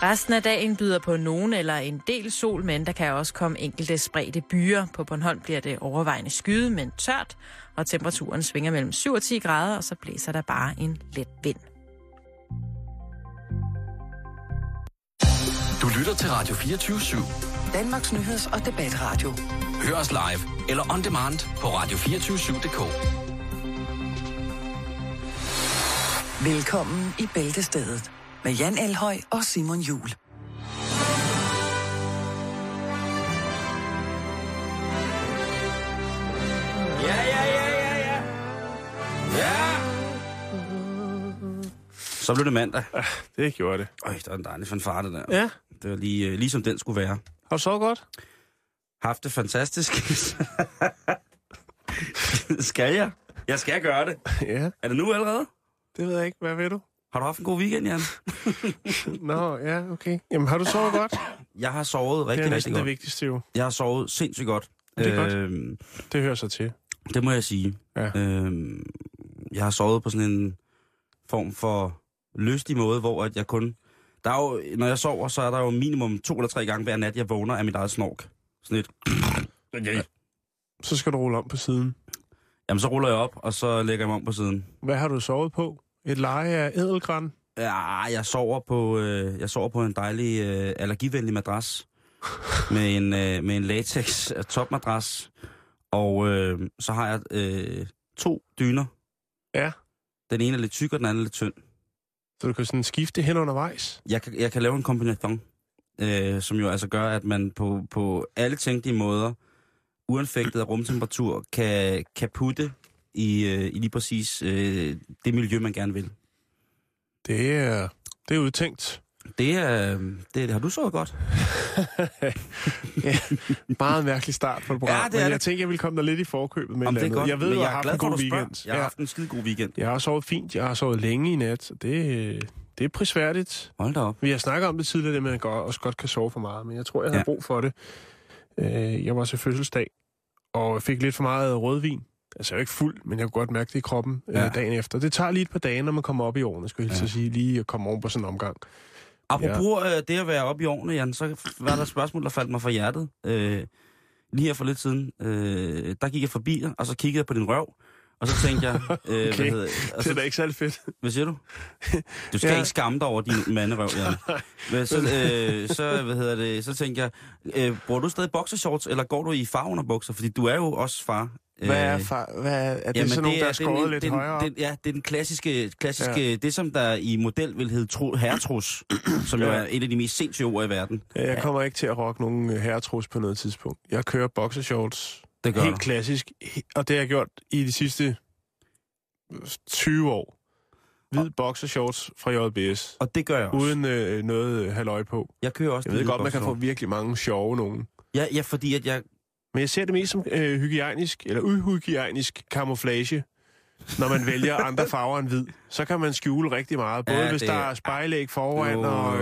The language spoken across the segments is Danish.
Resten af dagen byder på nogen eller en del sol, men der kan også komme enkelte spredte byer. På Bornholm bliver det overvejende skyet, men tørt, og temperaturen svinger mellem 7 og 10 grader, og så blæser der bare en let vind. Du lytter til Radio 24/7. Danmarks nyheds- og debatradio. Hør os live eller on demand på radio247.dk. Velkommen i Bæltestedet med Jan Elhøj og Simon Juhl. Så blev det mandag. Det gjorde det. Øj, der var en dejlig fanfare der. Ja. Det var lige som den skulle være. Har du sovet godt? Haft det fantastisk. Skal jeg? Jeg skal gøre det. Ja. Er det nu allerede? Det ved jeg ikke. Hvad ved du? Har du haft en god weekend, Jan? Nå, ja, okay. Jamen, har du sovet godt? Jeg har sovet rigtig, rigtig godt. Det er næsten godt. det vigtigste jo. Jeg har sovet sindssygt godt. Det er godt. Det hører sig til. Det må jeg sige. Ja. Jeg har sovet på sådan en form for lystig måde, hvor at jeg kun... Der er jo, når jeg sover, så er der jo minimum 2 eller 3 gange hver nat, jeg vågner af mit eget snork. Sådan et... Okay. Så skal du rulle om på siden. Jamen, så ruller jeg op, og så lægger jeg mig om på siden. Hvad har du sovet på? Et leje af ædelgran? Ja, jeg sover på en dejlig allergivenlig madras. med en latex topmadras. Og så har jeg 2 dyner. Ja. Den ene er lidt tyk, og den anden er lidt tynd. Så du kan sådan skifte hen undervejs? Jeg kan lave en kombination, som jo altså gør, at man på alle tænkelige måder, uanfægtet af rumtemperatur, kan putte i lige præcis det miljø, man gerne vil. Det er udtænkt. Det har du sovet godt? Ja, meget mærkelig start på et program. Ja, det er men jeg det. tænker, jeg vil komme der lidt i forkøbet med det er godt, jeg ved, men du jeg har er haft glad en for, god at du spørger. weekend. Jeg har haft en skide god weekend. Jeg har sovet fint. Jeg har sovet længe i nat. Så det er prisværdigt. Hold da op. Vi har snakket om det tidligere, det med, at man også godt kan sove for meget. Men jeg tror, jeg havde brug for det. Jeg var til fødselsdag, og fik lidt for meget rødvin. Altså, jeg er jo ikke fuld, men jeg kunne godt mærke det i kroppen dagen efter. Det tager lige et par dage, når man kommer op i årene, skulle jeg sige, lige at komme over på sådan en omgang. Apropos det at være oppe i årene, Jan, så var der et spørgsmål, der faldt mig fra hjertet. Lige her for lidt siden, der gik jeg forbi, og så kiggede jeg på din røv, og så tænkte jeg... Okay, det er da ikke særlig fedt. Hvad siger du? Du skal ikke skamme dig over din manderøv, Jan. Men så tænkte jeg, bruger du stadig boxershorts, eller går du i farunderbukser? Fordi du er jo også far. Hvad er far? Er det sådan nogen, der er skåret lidt højere op? Ja, det er den klassiske det som der i model vil hedde herretrus, som jo er et af de mest sindssyge ord i verden. Ja, jeg kommer ikke til at rocke nogen herretrus på noget tidspunkt. Jeg kører boxershorts helt klassisk, og det har jeg gjort i de sidste 20 år. Hvid boxershorts fra JBS. Og det gør jeg også. Uden noget halløj på. Jeg kører også. Jeg ved godt, man kan få virkelig mange sjove nogen. Ja, fordi at jeg... Men jeg ser det mest som hygiejnisk, eller uhygiejnisk camouflage, når man vælger andre farver end hvid. Så kan man skjule rigtig meget, både hvis der er spejlæg foran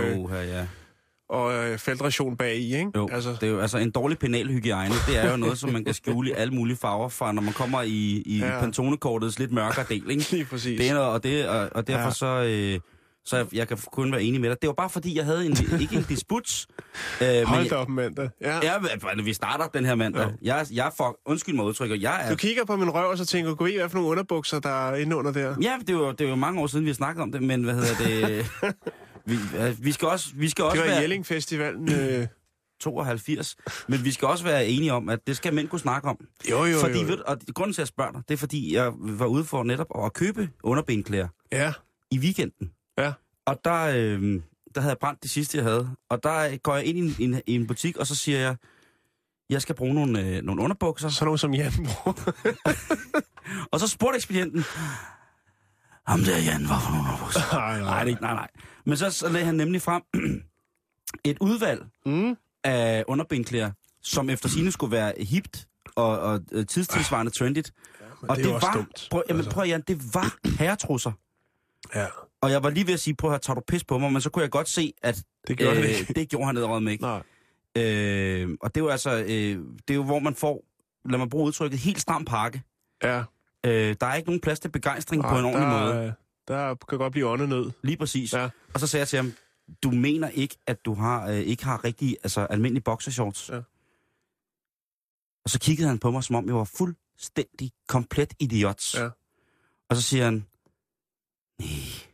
og feltration bag i, ikke? Jo, altså. Det er jo altså en dårlig penalhygiejne. Det er jo noget, som man kan skjule i alle mulige farver fra, når man kommer i Pantone-kortets lidt mørkere del, ikke? Lige præcis. Det er og derfor så jeg kan kun være enig med dig. Det var bare fordi, jeg havde ikke en disputs. Hold da op mandag. Ja, vi starter den her mandag. Jeg undskyld mig udtrykker. Du kigger på min røv, og så tænker du, hvad for nogle underbukser, der er inde under der? Ja, det er jo mange år siden, vi har snakket om det, men hvad hedder det... vi skal også det var være... Jelling Festivalen... 72. Men vi skal også være enige om, at det skal mænd kunne snakke om. Jo. Og grunden til, at jeg spørger dig, det er fordi, jeg var ude for netop at købe underbenklæder i weekenden. Ja. Og der havde jeg brændt det sidste, jeg havde. Og der går jeg ind i en butik, og så siger jeg skal bruge nogle underbukser. Sådan nogle som Jan bruger. Og så spurgte ekspedienten, om det er Jan, hvorfor nogle underbukser? Nej. Men så lagde han nemlig frem et udvalg af underbenklæder, som efter sigende skulle være hipt og tidstidsvarende trendigt. Og det var dumt. Prøv Jan, det var herretrusser. Ja. Og jeg var lige ved at sige, prøv at tager du pis på mig, men så kunne jeg godt se, at det gjorde han nederede ikke. Og det er jo altså, det er jo hvor man får, lad mig bruge udtrykket, helt stram pakke. Ja. Der er ikke nogen plads til begejstring på en ordentlig måde. Der kan godt blive åndenød. Lige præcis. Ja. Og så sagde jeg til ham, du mener ikke, at du ikke har rigtig, altså almindelige boxershorts? Ja. Og så kiggede han på mig, som om jeg var fuldstændig komplet idiot. Ja. Og så siger han, nej,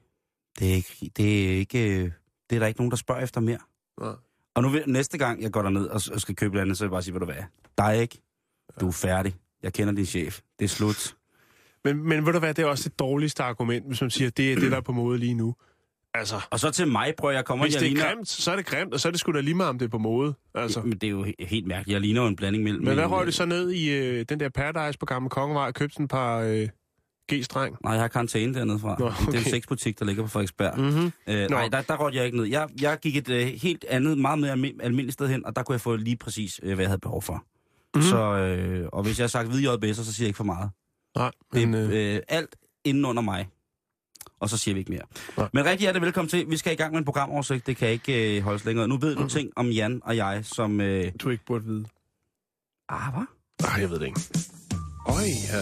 det er der ikke nogen, der spørger efter mere. Ja. Og nu næste gang, jeg går derned og skal købe det andet, så vil jeg bare sige, hvad du hvad? Dig ikke. Du er færdig. Jeg kender din chef. Det er slut. Men ved du hvad, det er også det dårligste argument, hvis man siger, det er det, der er på mode lige nu. Altså, og så til mig, prøver jeg kommer... Hvis det er grimt, så er det grimt, og så er det sgu da lige meget, om det er på mode. Altså. Men det er jo helt mærkeligt. Jeg ligner jo en blanding mellem... Men hvad røg det så ned i den der Paradise på Gamle Kongevej og købte en par G-streng? Nej, jeg har karantæne dernede fra. Okay. Det er en sexbutik, der ligger på Frederiksberg. Mm-hmm. Nej, der røg jeg ikke ned. Jeg gik et helt andet, meget mere almindeligt sted hen, og der kunne jeg få lige præcis, hvad jeg havde behov for. Mm-hmm. Så, og hvis jeg har sagt hvide JBS'er, så siger jeg ikke for meget. Nej, men... Det er alt inden under mig. Og så siger vi ikke mere. Ja. Men rigtig hjertelig velkommen til. Vi skal i gang med en programoversigt. Det kan ikke holdes længere. Nu ved du ting om Jan og jeg, som... Du ikke burde vide. Hvad? Nej, jeg ved det ikke. Ja.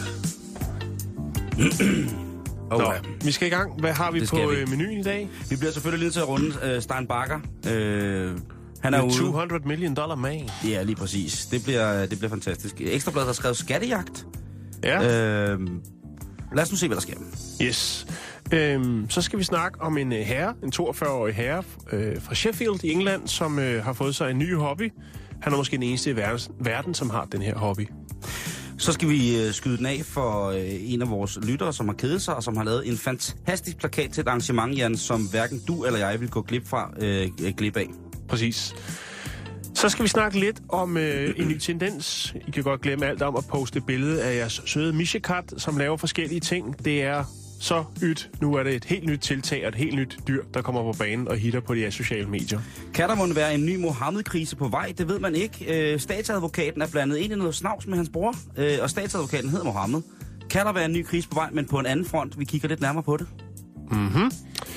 Nå, vi skal i gang. Hvad har vi på menuen i dag? Vi bliver selvfølgelig lige til at runde Stein Bagger. Han er ude. $200 million man. Ja, lige præcis. Det bliver fantastisk. Ekstrabladet har skrevet skattejagt. Ja. Lad os nu se, hvad der sker. Yes. Så skal vi snakke om en 42-årig herre fra Sheffield i England, som har fået sig en ny hobby. Han er måske den eneste i verden, som har den her hobby. Så skal vi skyde den af for en af vores lyttere, som har kedet sig, og som har lavet en fantastisk plakat til et arrangement, Jan, som hverken du eller jeg vil gå glip af. Præcis. Så skal vi snakke lidt om en ny tendens. I kan godt glemme alt om at poste billede af jeres søde misjekat, som laver forskellige ting. Det er så ydt. Nu er det et helt nyt tiltag og et helt nyt dyr, der kommer på banen og hitter på de her sociale medier. Kan der måtte være en ny Mohammed-krise på vej? Det ved man ikke. Statsadvokaten er blandet ind i noget snavs med hans bror, og statsadvokaten hedder Mohammed. Kan der være en ny krise på vej, men på en anden front? Vi kigger lidt nærmere på det. Mhm.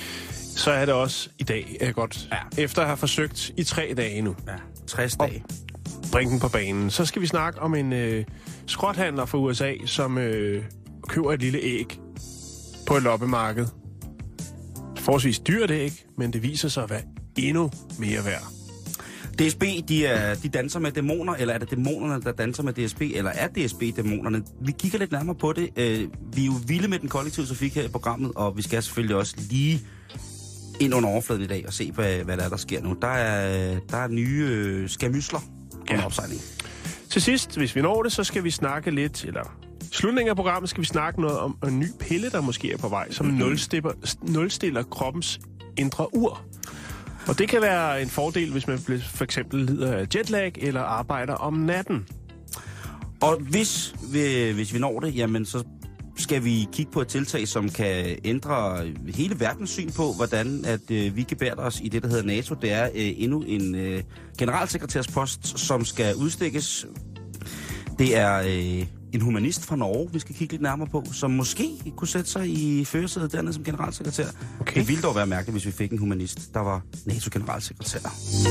Så er det også i dag godt. Ja. Efter at have forsøgt i 3 dage nu. Ja, 60 dage. Bring den på banen. Så skal vi snakke om en skrothandler fra USA, som køber et lille æg på et loppemarked. Forholdsvis dyrt æg, men det viser sig at være endnu mere værd. DSB, de danser med dæmoner, eller er det dæmonerne, der danser med DSB, eller er DSB dæmonerne? Vi kigger lidt nærmere på det. Vi er jo vilde med den kollektive trafik her i programmet, og vi skal selvfølgelig også lige ind under overfladen i dag og se, hvad der sker nu. Der er nye skamysler under opsejling. Til sidst, hvis vi når det, så skal vi snakke lidt, eller slutningen af programmet skal vi snakke noget om en ny pille, der måske er på vej, som nulstiller kroppens indre ur. Og det kan være en fordel, hvis man for eksempel lider af jetlag eller arbejder om natten. Og hvis vi når det, jamen så skal vi kigge på et tiltag, som kan ændre hele verdens syn på, hvordan at vi gebærer os i det, der hedder NATO. Det er endnu en generalsekretærspost, som skal udstikkes. Det er en humanist fra Norge, vi skal kigge lidt nærmere på, som måske kunne sætte sig i førersædet dernede som generalsekretær. Okay. Det ville dog være mærkeligt, hvis vi fik en humanist, der var NATO-generalsekretær.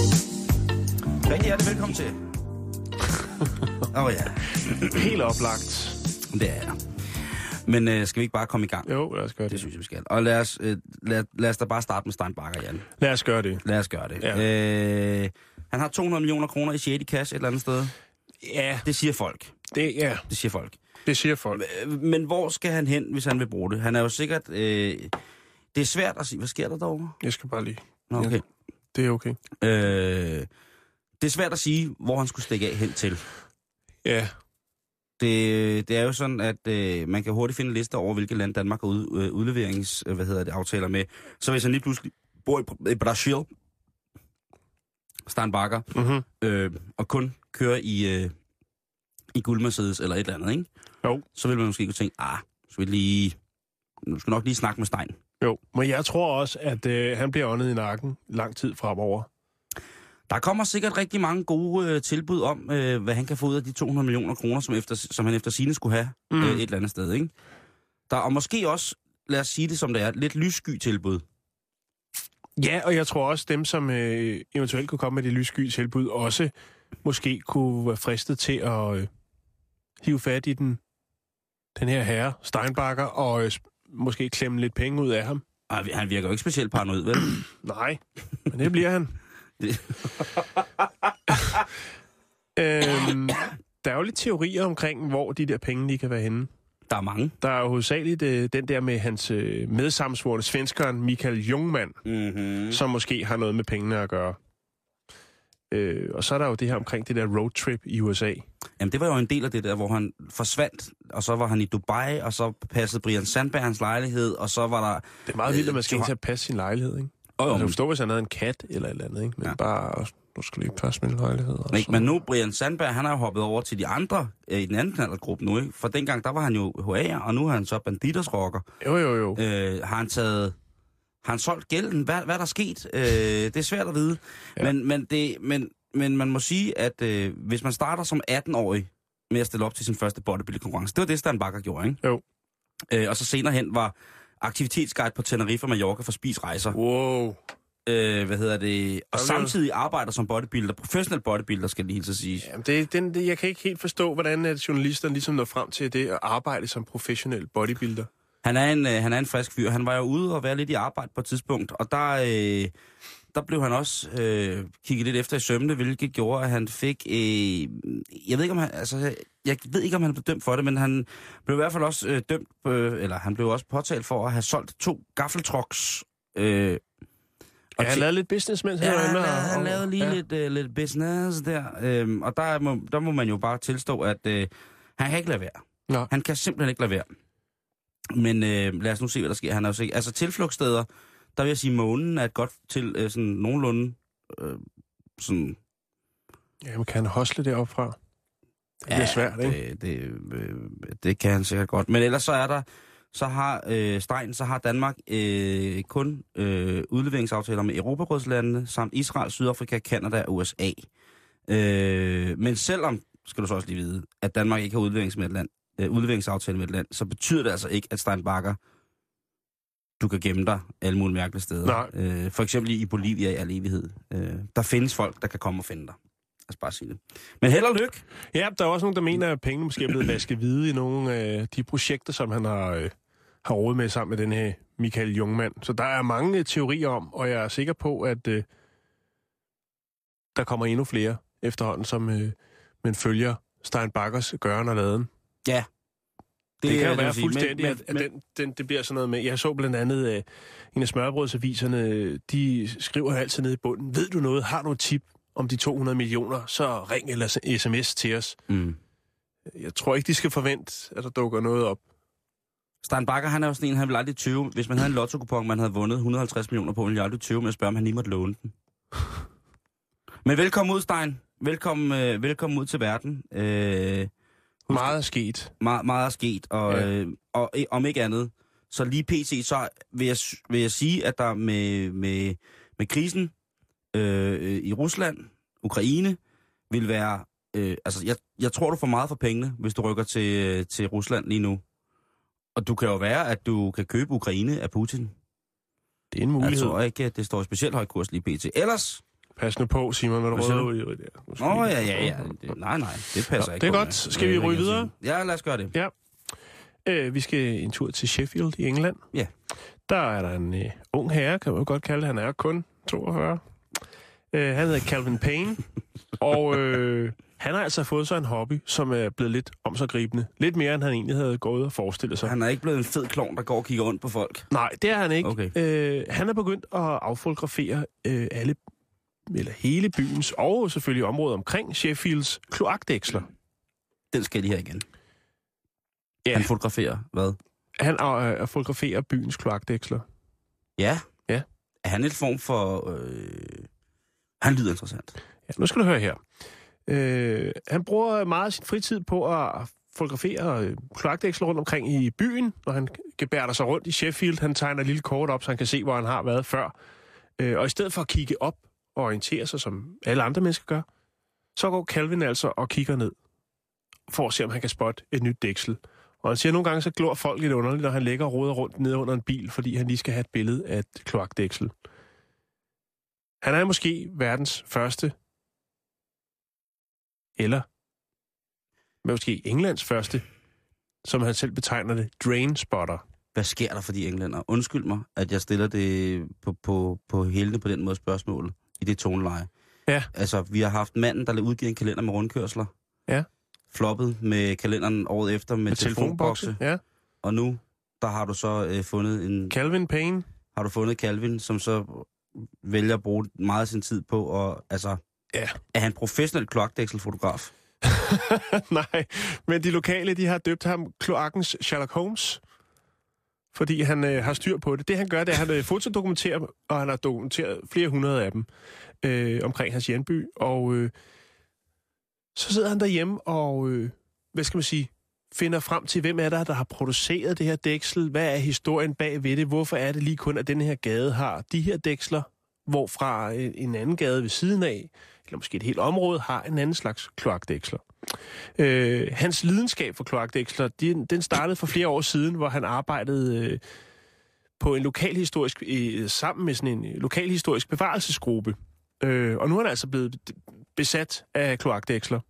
Rigtig hjertelig velkommen til. Ja. Helt oplagt. Det er jeg. Men skal vi ikke bare komme i gang? Jo, lad os gøre det. Det synes jeg, vi skal. Og lad os da bare starte med Stein Bagger, Jan. Lad os gøre det. Lad os gøre det. Ja. Han har 200 millioner kroner i shady cash et eller andet sted. Ja. Det siger folk. Det siger folk. Det siger folk. Men hvor skal han hen, hvis han vil bruge det? Han er jo sikkert... det er svært at sige. Hvad sker der derovre? Jeg skal bare lige... Nå, okay. Ja, det er okay. Det er svært at sige, hvor han skulle stikke af hen til. Ja. Det er jo sådan, at man kan hurtigt finde lister over, hvilke land Danmark har aftaler med. Så hvis han lige pludselig bor i Brasil, Stein Bagger, og kun kører i Guldmercedes eller et eller andet, ikke? Jo. Så vil man måske kunne tænke, nu skal nok lige snakke med Stein. Jo, men jeg tror også, at han bliver åndet i nakken lang tid fremover. Der kommer sikkert rigtig mange gode tilbud om, hvad han kan få ud af de 200 millioner kroner, som han efter sigende skulle have et eller andet sted, ikke? Og måske også, lad os sige det som det er, lidt lyssky tilbud. Ja, og jeg tror også, dem som eventuelt kunne komme med det lyssky tilbud, også måske kunne være fristet til at hive fat i den her herre, Stein Bagger, og måske klemme lidt penge ud af ham. Han virker jo ikke specielt paranoid, vel? Nej, men det bliver han. Der er jo lidt teorier omkring, hvor de der penge de kan være henne. Der er mange. Der er jo hovedsageligt den der med hans medsamsvorne svenskeren Mikael Ljungman, som måske har noget med pengene at gøre. Og så er der jo det her omkring det der roadtrip i USA. Jamen, det var jo en del af det der, hvor han forsvandt, og så var han i Dubai, og så passede Brian Sandberg hans lejlighed, og så var der... Det er meget vildt, at man skal ikke til at passe sin lejlighed, ikke? Altså, jeg forstår, hvis han havde en kat eller et eller andet, ikke? Men bare, nu skal ikke passe min lejlighed. Men nu, Brian Sandberg, han har jo hoppet over til de andre, i den anden knallergruppe nu, ikke? For dengang, der var han jo HA'er, og nu er han så banditers rocker. Jo. Har han solgt gælden? Hvad er der sket? Det er svært at vide. Ja. Men man må sige, at hvis man starter som 18-årig med at stille op til sin første bodybuilding-konkurrence, det var det, Stein Bagger gjorde, ikke? Jo. Og så senere hen var aktivitetsguide på Tenerife og Mallorca for Spis Rejser. Wow. Og samtidig arbejder som bodybuilder, professionel bodybuilder, skal det lige så sige. Jamen, jeg kan ikke helt forstå, hvordan journalisterne ligesom når frem til det at arbejde som professionel bodybuilder. Han er en frisk fyr. Han var jo ude og være lidt i arbejde på et tidspunkt, og der blev han også kigget lidt efter i sømmene, hvilket gjorde, at han fik... jeg ved ikke, om han blev dømt for det, men han blev i hvert fald også dømt, eller han blev også påtalt for at have solgt 2 gaffeltrucks. Han lavede lidt business, mens han lavede lige lidt business der. Og der må man jo bare tilstå, at han kan ikke lade være. Nå. Han kan simpelthen ikke lade være. Men lad os nu se, hvad der sker. Han er jo sikkert... Altså tilflugtssteder, der vil jeg sige, månen er et godt til sådan nogenlunde sådan... Jamen, kan han hostle deroppe fra? Det bliver svært, ikke? Det kan han sikkert godt. Men ellers så er der... Så har Danmark kun udleveringsaftaler med Europarådslandene, samt Israel, Sydafrika, Canada og USA. Men selvom, skal du så også lige vide, at Danmark ikke har udleveringsaftale med et land, så betyder det altså ikke, at Stein Bagger, du kan gemme dig alle mulige mærkelige steder. For eksempel i Bolivia i al evighed. Der findes folk, der kan komme og finde dig. Lad os bare sige det. Men held og lykke. Ja, der er også nogen, der mener, at pengene måske er blevet vasket hvide i nogle af de projekter, som han har rådet med sammen med den her Mikael Ljungman. Så der er mange teorier om, og jeg er sikker på, at der kommer endnu flere efterhånden, som man følger Stein Baggers gøren og laden. Ja. Det kan jo være fuldstændig, at det bliver sådan noget med... Jeg så blandt andet en af smørbrødsaviserne, de skriver altid ned i bunden, ved du noget, har du et tip om de 200 millioner, så ring eller sms til os. Jeg tror ikke, de skal forvente, at der dukker noget op. Stein Bagger, han er jo sådan en, han vil aldrig tøve. Hvis man havde en lotto-kupon, man havde vundet 150 millioner på, ville jeg aldrig tøve med at spørge, om han lige måtte låne den. Men velkommen ud, Stein. Velkommen ud til verden. Meget er sket. Meget er sket, og om ikke andet, så lige pt. Så vil jeg sige, at der med krisen i Rusland, Ukraine, vil være... jeg tror, du får meget for pengene, hvis du rykker til Rusland lige nu. Og du kan jo være, at du kan købe Ukraine af Putin. Det er en mulighed. Jeg tror ikke, at det står i specielt høj kurs lige pt. Ellers... Pas nu på, Simon, hvad du røder ud i det. Ja. Nej, det passer ikke. Det er godt. Skal vi ryge videre? Ja, lad os gøre det. Ja. Vi skal en tur til Sheffield i England. Ja. Der er der en ung herre, kan man jo godt kalde. Han er kun 42. Han hedder Calvin Payne. Og han har altså fået sig en hobby, som er blevet lidt omsiggribende. Lidt mere, end han egentlig havde gået og forestillet sig. Han er ikke blevet en fed klovn, der går og kigger rundt på folk? Nej, det er han ikke. Okay. Han er begyndt at affotografere hele byens, og selvfølgelig området omkring Sheffields kloakdæksler. Den skal de her igen. Ja. Han fotograferer hvad? Han fotograferer byens kloakdæksler. Ja? Ja. Er han et form for... Han lyder interessant. Ja, nu skal du høre her. Han bruger meget af sin fritid på at fotografere kloakdæksler rundt omkring i byen, når han gebærder sig rundt i Sheffield. Han tegner et lille kort op, så han kan se, hvor han har været før. Og i stedet for at kigge op og orientere sig, som alle andre mennesker gør, så går Calvin altså og kigger ned, for at se, om han kan spotte et nyt dæksel. Og han siger, at nogle gange så glor folk lidt underligt, når han lægger og roder rundt nede under en bil, fordi han lige skal have et billede af et kloakdæksel. Han er måske verdens første, eller måske Englands første, som han selv betegner det, drain spotter. hvad sker der for de englænder? Undskyld mig, at jeg stiller det på hælene på den måde spørgsmål i det toneleje. Ja. Altså, vi har haft manden, der udgivet en kalender med rundkørsler. Ja. Floppet med kalenderen året efter med telefonbokse. Ja. Og nu, der har du så fundet en... Calvin Payne. Har du fundet Calvin, som så vælger at bruge meget af sin tid på, og altså... Ja. Er han professionel kloakdækselfotograf? Nej, men de lokale, de har døbt ham kloakkens Sherlock Holmes, fordi han har styr på det. Det han gør, det er, at han fotodokumenterer, og han har dokumenteret flere hundrede af dem omkring hans hjemby, og så sidder han derhjemme og, hvad skal man sige, finder frem til, hvem er der har produceret det her dæksel, hvad er historien bag ved det, hvorfor er det lige kun, at den her gade har de her dæksler, hvorfra en anden gade ved siden af, eller måske et helt område, har en anden slags kloakdæksler. Hans lidenskab for kloakdæksler, den startede for flere år siden, hvor han arbejdede på en lokalhistorisk, sammen med sådan en lokalhistorisk bevarelsesgruppe. Og nu er han altså blevet besat af kloakdæksler.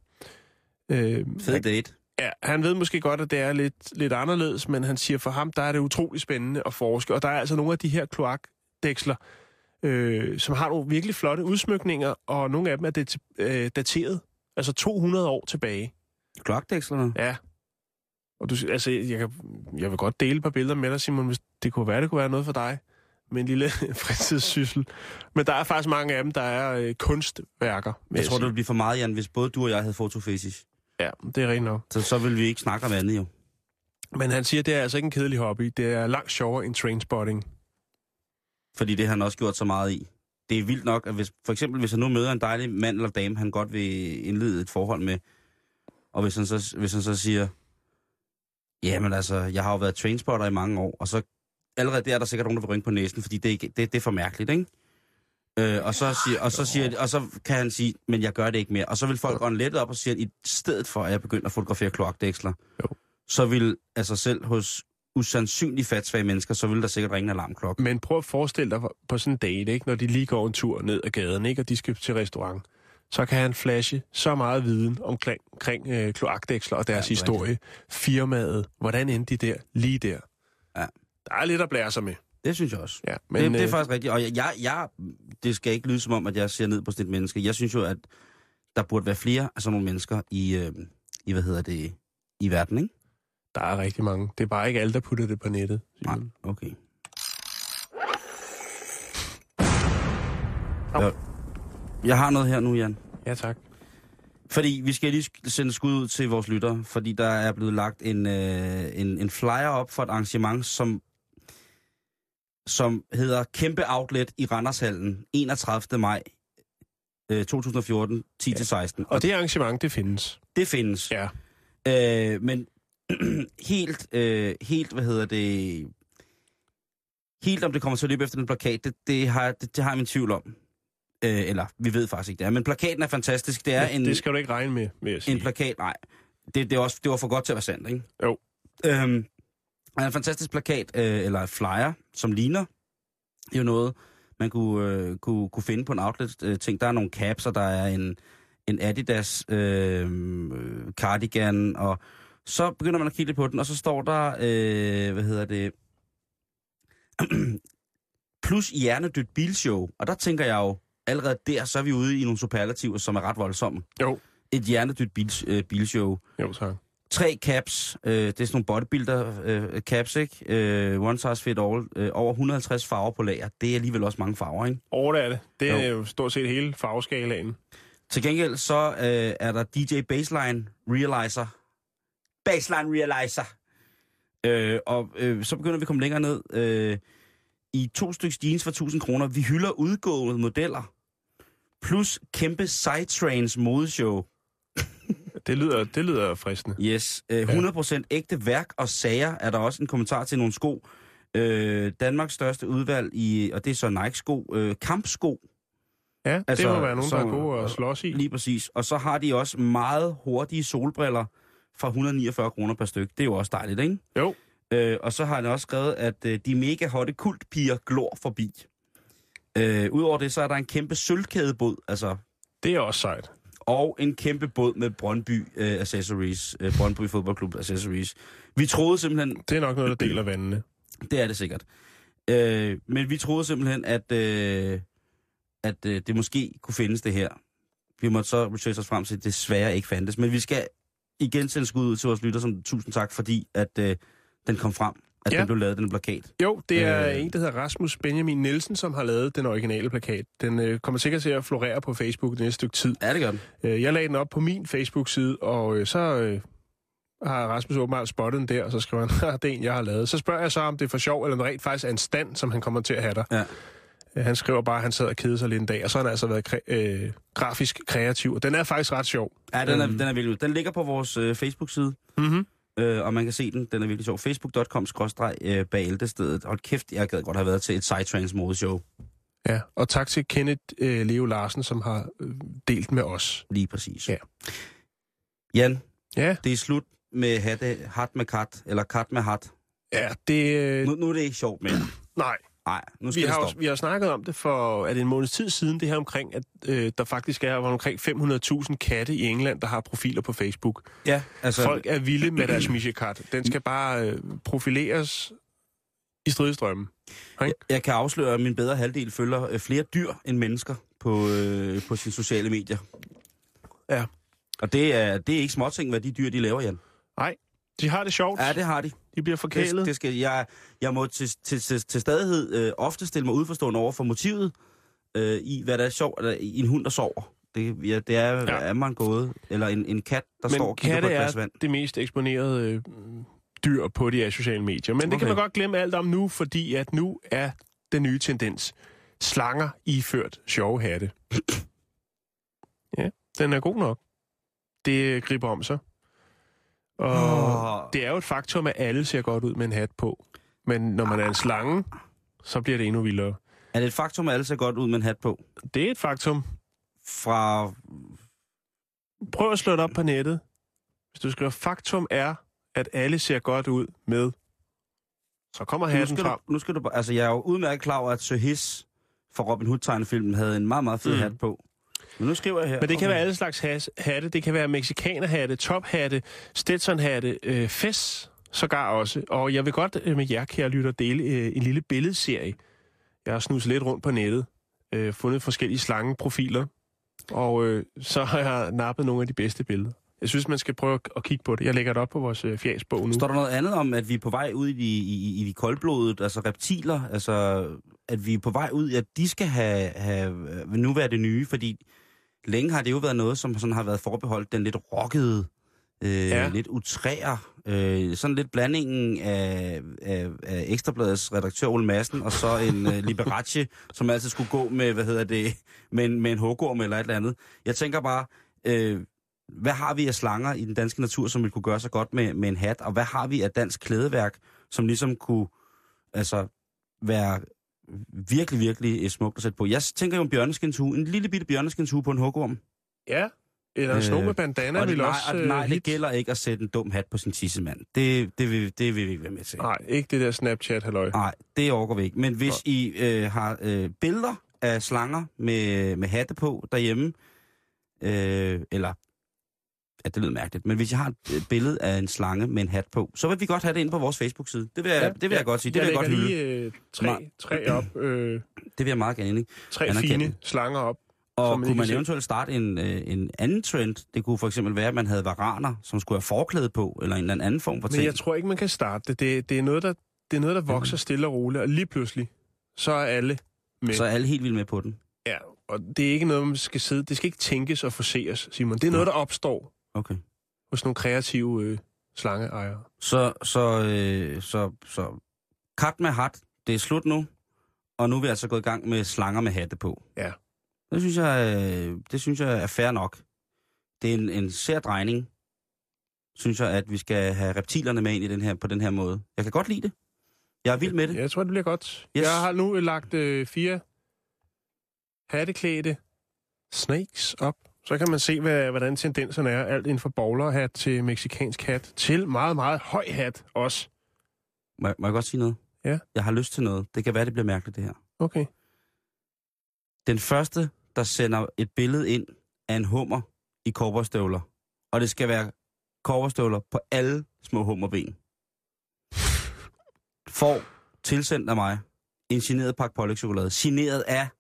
Fed date. Ja, han ved måske godt, at det er lidt anderledes, men han siger, for ham, der er det utrolig spændende at forske. Og der er altså nogle af de her kloakdæksler, som har nogle virkelig flotte udsmykninger, og nogle af dem er dateret, altså 200 år tilbage. Kloakdækslerne? Ja. Og altså, jeg vil godt dele et par billeder med dig, Simon, hvis det kunne være noget for dig, med en lille fritidssyssel. Men der er faktisk mange af dem, der er kunstværker. Jeg tror, det ville blive for meget, Jan, hvis både du og jeg havde fotofetish. Ja, det er rent nok. Så vil vi ikke snakke om andet, jo. Men han siger, at det er altså ikke en kedelig hobby. Det er langt sjovere end trainspotting. Fordi det har han også gjort så meget i. Det er vildt nok, at hvis han nu møder en dejlig mand eller dame, han godt vil indlede et forhold med, og hvis han så siger, jamen altså, jeg har jo været trainspotter i mange år, og så allerede der er der sikkert nogen, der vil rynke på næsen, fordi det er for mærkeligt, ikke? Og så kan han sige, men jeg gør det ikke mere. Og så vil folk gå lettet op og sige, at i stedet for, at jeg begynder at fotografere kloakdæksler, så vil altså selv hos usandsynligt fatsvage mennesker, så vil der sikkert ringe en alarmklokke. Men prøv at forestille dig på sådan en date, ikke? Når de lige går en tur ned ad gaden, ikke? Og de skal til restaurant, så kan han flashe så meget viden omkring kloakdæksler og deres historie. Firmaet, hvordan endte de der, lige der. Ja. Der er lidt at blære sig med. Det synes jeg også. Ja, men, det er faktisk rigtigt. Og jeg, det skal ikke lyde som om, at jeg ser ned på sådan et menneske. Jeg synes jo, at der burde være flere af sådan nogle mennesker i verden, ikke? Der er rigtig mange. Det er bare ikke alle, der putter det på nettet. Nej, okay. Jeg har noget her nu, Jan. Ja, tak. Fordi vi skal lige sende skud ud til vores lytter, fordi der er blevet lagt en flyer op for et arrangement, som hedder Kæmpe Outlet i Randershallen, 31. maj 2014, 10-16. Og det arrangement, det findes. Det findes. Ja. Men helt, helt om det kommer til at løbe efter den plakat, det har jeg min tvivl om. Eller, vi ved faktisk ikke det er. Men plakaten er fantastisk. Det er det skal du ikke regne med, vil jeg sige. En plakat, nej. Det var for godt til at være sandt, ikke? Jo. En fantastisk plakat, eller flyer, som ligner jo noget, man kunne finde på en outlet-ting. Der er nogle caps, og der er en Adidas cardigan, og så begynder man at kigge på den, og så står der, plus hjernedødt bilshow. Og der tænker jeg jo, allerede der, så er vi ude i nogle superlativer, som er ret voldsomme. Jo. Et hjernedødt bilshow. Jo, tak. 3 caps, det er sådan nogle bodybuilder caps, ikke? One size fit all, over 150 farver på lager. Det er alligevel også mange farver, ikke? Det er det. Det er jo stort set hele farveskalaen. Til gengæld så er der DJ Baseline Realizer. Så begynder vi at komme længere ned. I 2 stykker jeans for 1000 kroner. Vi hylder udgående modeller. Plus kæmpe Sidetrains modeshow. Det lyder fristende. Yes. 100% ægte værk og sager er der også en kommentar til nogle sko. Danmarks største udvalg og det er så Nike-sko. Kampsko. Ja, altså, det må være nogen, der er gode at slås i. Lige præcis. Og så har de også meget hurtige solbriller for 149 kroner per styk. Det er jo også dejligt, ikke? Jo. Og så har han også skrevet, at de mega hotte kultpiger glor forbi. Udover det, så er der en kæmpe sølvkædebåd. Altså, det er også sejt. Og en kæmpe båd med Brøndby Accessories. Brøndby Fodboldklub Accessories. Vi troede simpelthen... Det er nok noget, der deler vandene. Det er det sikkert. Men vi troede simpelthen, at det måske kunne findes det her. Vi måtte så researche os frem til, at det desværre ikke fandtes. Men vi skal igen sende skud ud til vores lytter, som tusind tak, fordi at den kom frem. At den blev lavet, den plakat. Jo, det er en, der hedder Rasmus Benjamin Nielsen, som har lavet den originale plakat. Den kommer sikkert til at florere på Facebook det næste stykke tid. Ja, det gør den. Jeg lagde den op på min Facebook-side, og så har Rasmus åbenbart spottet den der, og så skriver han, det er en, jeg har lavet. Så spørger jeg så, om det er for sjov, eller om det rent faktisk er en stand, som han kommer til at have der. Ja. Han skriver bare, at han sad og kedede sig lidt en dag, og så har han altså været grafisk kreativ. Og den er faktisk ret sjov. Ja, den er virkelig. Den ligger på vores Facebook-side, og man kan se den. Den er virkelig sjov. Facebook.com/bagæltestedet. Hold kæft, jeg gad godt have været til et Psytrance-modeshow. Ja, og tak til Kenneth Leo Larsen, som har delt med os. Lige præcis. Ja. Jan, ja. Det er slut med hat med kat, eller kat med hat. Ja, det... Nu er det ikke sjovt mere. Nej. Nej, nu skal vi har snakket om det for en måneds tid siden, det her omkring, at der faktisk var omkring 500.000 katte i England, der har profiler på Facebook. Ja, altså... Folk er vilde med deres misjekat. Den skal bare profileres i stridstrømmen. Jeg kan afsløre, at min bedre halvdel følger flere dyr end mennesker på sine sociale medier. Ja. Og det er ikke småting, hvad de dyr, de laver, Jan. Nej, de har det sjovt. Ja, det har de. De bliver forkælet. Det skal, jeg må til stadighed ofte stille mig udforstående over for motivet i, hvad der er sjovt i en hund, der sover. Det er man gået. Eller en kat, der står og kigger på et glas vand. Men katte er det mest eksponerede dyr på de her sociale medier. Men det kan man godt glemme alt om nu, fordi at nu er den nye tendens. Slanger iført sjove hatte. Ja, den er god nok. Det griber om sig. Og det er jo et faktum, at alle ser godt ud med en hat på. Men når man er en slange, så bliver det endnu vildere. Er det et faktum, at alle ser godt ud med en hat på? Det er et faktum. Prøv at slå det op på nettet. Hvis du skriver, faktum er, at alle ser godt ud med... Så kommer hatten frem. Nu skal du altså, jeg er jo udmærket klar over, at Sir Hiss fra Robin Hood-tegnefilmen havde en meget, meget fed hat på. Men nu skriver jeg her... Men det kan være alle slags hatte. Det kan være mexikanerhatte, tophatte, Stetson-hatte, fes sågar også. Og jeg vil godt med jer, kære lytter, dele en lille billedserie. Jeg har snuset lidt rundt på nettet, fundet forskellige slangeprofiler, og så har jeg nappet nogle af de bedste billeder. Jeg synes, man skal prøve at kigge på det. Jeg lægger det op på vores fjasbog nu. Står der noget andet om, at vi er på vej ud i de koldblodet, altså reptiler, altså at vi er på vej ud, at de skal nu være det nye, fordi længe har det jo været noget, som sådan har været forbeholdt den lidt rockede, lidt utræer, sådan lidt blandingen af Ekstrabladets redaktør Ole Madsen, og så en Liberace, som altid skulle gå med, med en hugorm eller et eller andet. Jeg tænker bare, hvad har vi af slanger i den danske natur, som vi kunne gøre så godt med en hat, og hvad har vi af dansk klædeværk, som ligesom kunne være virkelig, virkelig smukt at sætte på. Jeg tænker jo en bjørneskindshue, en lille bitte bjørneskindshue på en hugorm. Ja, eller en sno med bandana vil også nej, det gælder ikke at sætte en dum hat på sin tissemand. Det vil vi ikke være med til. Nej, ikke det der Snapchat-halløj. Nej, det overgår vi ikke. Men hvis I har billeder af slanger med hatte på derhjemme, eller... Ja, det lyder mærkeligt. Men hvis jeg har et billede af en slange med en hat på, så vil vi godt have det inde på vores Facebook-side. Det vil jeg godt sige. Det vil jeg godt hylde. Tre op. Det vil jeg meget gerne, ikke? 3 fine slanger op. Og kunne man eventuelt starte en anden trend? Det kunne for eksempel være, at man havde varaner, som skulle have forklæde på, eller en eller anden form for ting. Men jeg tror ikke, man kan starte det. Det er noget, der vokser stille og roligt, og lige pludselig, så er alle med. Så er alle helt vildt med på den. Ja, og det er ikke noget, man skal sidde... Det skal ikke tænkes og forseres, Simon. Det er noget, der opstår. Okay. Hos nogle kreative slangeejere. Så kat med hat, det er slut nu, og nu er vi altså gået i gang med slanger med hatte på. Ja. Det synes jeg er fair nok. Det er en sær drejning, synes jeg, at vi skal have reptilerne med ind i på den her måde. Jeg kan godt lide det. Jeg er vild med det. Jeg tror, det bliver godt. Yes. Jeg har nu lagt 4 hatteklædte snakes op. Så kan man se, hvordan tendenserne er. Alt inden fra bowlerhat til mexikansk hat, til meget, meget høj hat også. Må jeg godt sige noget? Ja. Jeg har lyst til noget. Det kan være, det bliver mærkeligt, det her. Okay. Den første, der sender et billede ind af en hummer i cowboystøvler. Og det skal være cowboystøvler på alle små hummerben. Får tilsendt af mig en signeret pakke pålægschokolade. Signeret af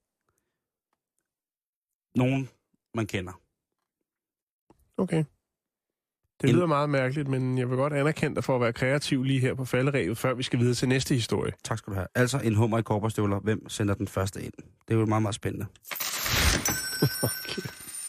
nogen, man kender. Okay. Det lyder meget mærkeligt, men jeg vil godt anerkende dig for at være kreativ lige her på falderevet, før vi skal videre til næste historie. Tak skal du have. Altså en hummer i korperstøvler. Hvem sender den første ind? Det er jo meget, meget spændende. Okay.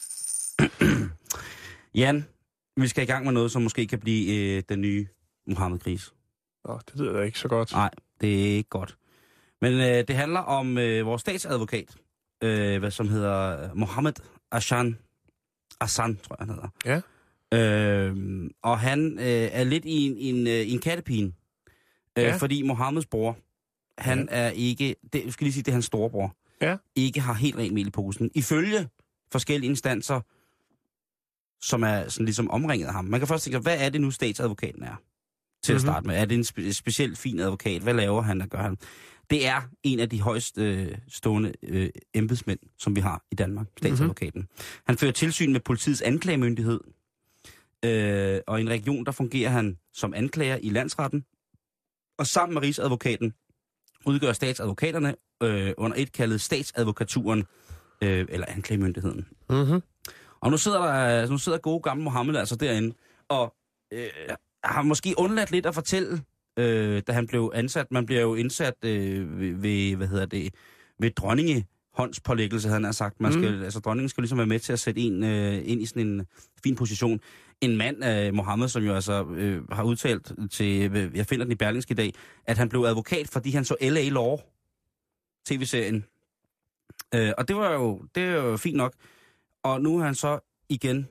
Jan, vi skal i gang med noget, som måske kan blive den nye Mohammed-krise. Det lyder da ikke så godt. Nej, det er ikke godt. Men det handler om vores statsadvokat, hvad som hedder Mohammed Hassan, tror jeg, han hedder. Ja. Og han er lidt i en kattepine. Fordi Mohammeds bror, han er ikke, det skal lige sige, det er hans storebror, ikke har helt rent mel i posen. Ifølge forskellige instanser, som er sådan ligesom omringet af ham. Man kan først tænke, hvad er det nu statsadvokaten er? Til at starte med. Er det en specielt fin advokat? Hvad laver han og gør han? Det er en af de højst stående embedsmænd, som vi har i Danmark, statsadvokaten. Han fører tilsyn med politiets anklagemyndighed, og i en region, der fungerer han som anklager i landsretten. Og sammen med rigsadvokaten udgør statsadvokaterne under et kaldet statsadvokaturen, eller anklagemyndigheden. Og nu sidder gode gamle Mohammed altså derinde, og har måske undladt lidt at fortælle, da han blev ansat. Man bliver jo indsat ved, ved dronningehåndspålæggelse, han har sagt. Man skal, altså dronningen skal ligesom være med til at sætte en ind i sådan en fin position. En mand, Mohammed, som jo altså har udtalt til, jeg finder den i Berlingske i dag, at han blev advokat, fordi han så L.A. Law, tv-serien. Og det er jo fint nok. Og nu er han så igen,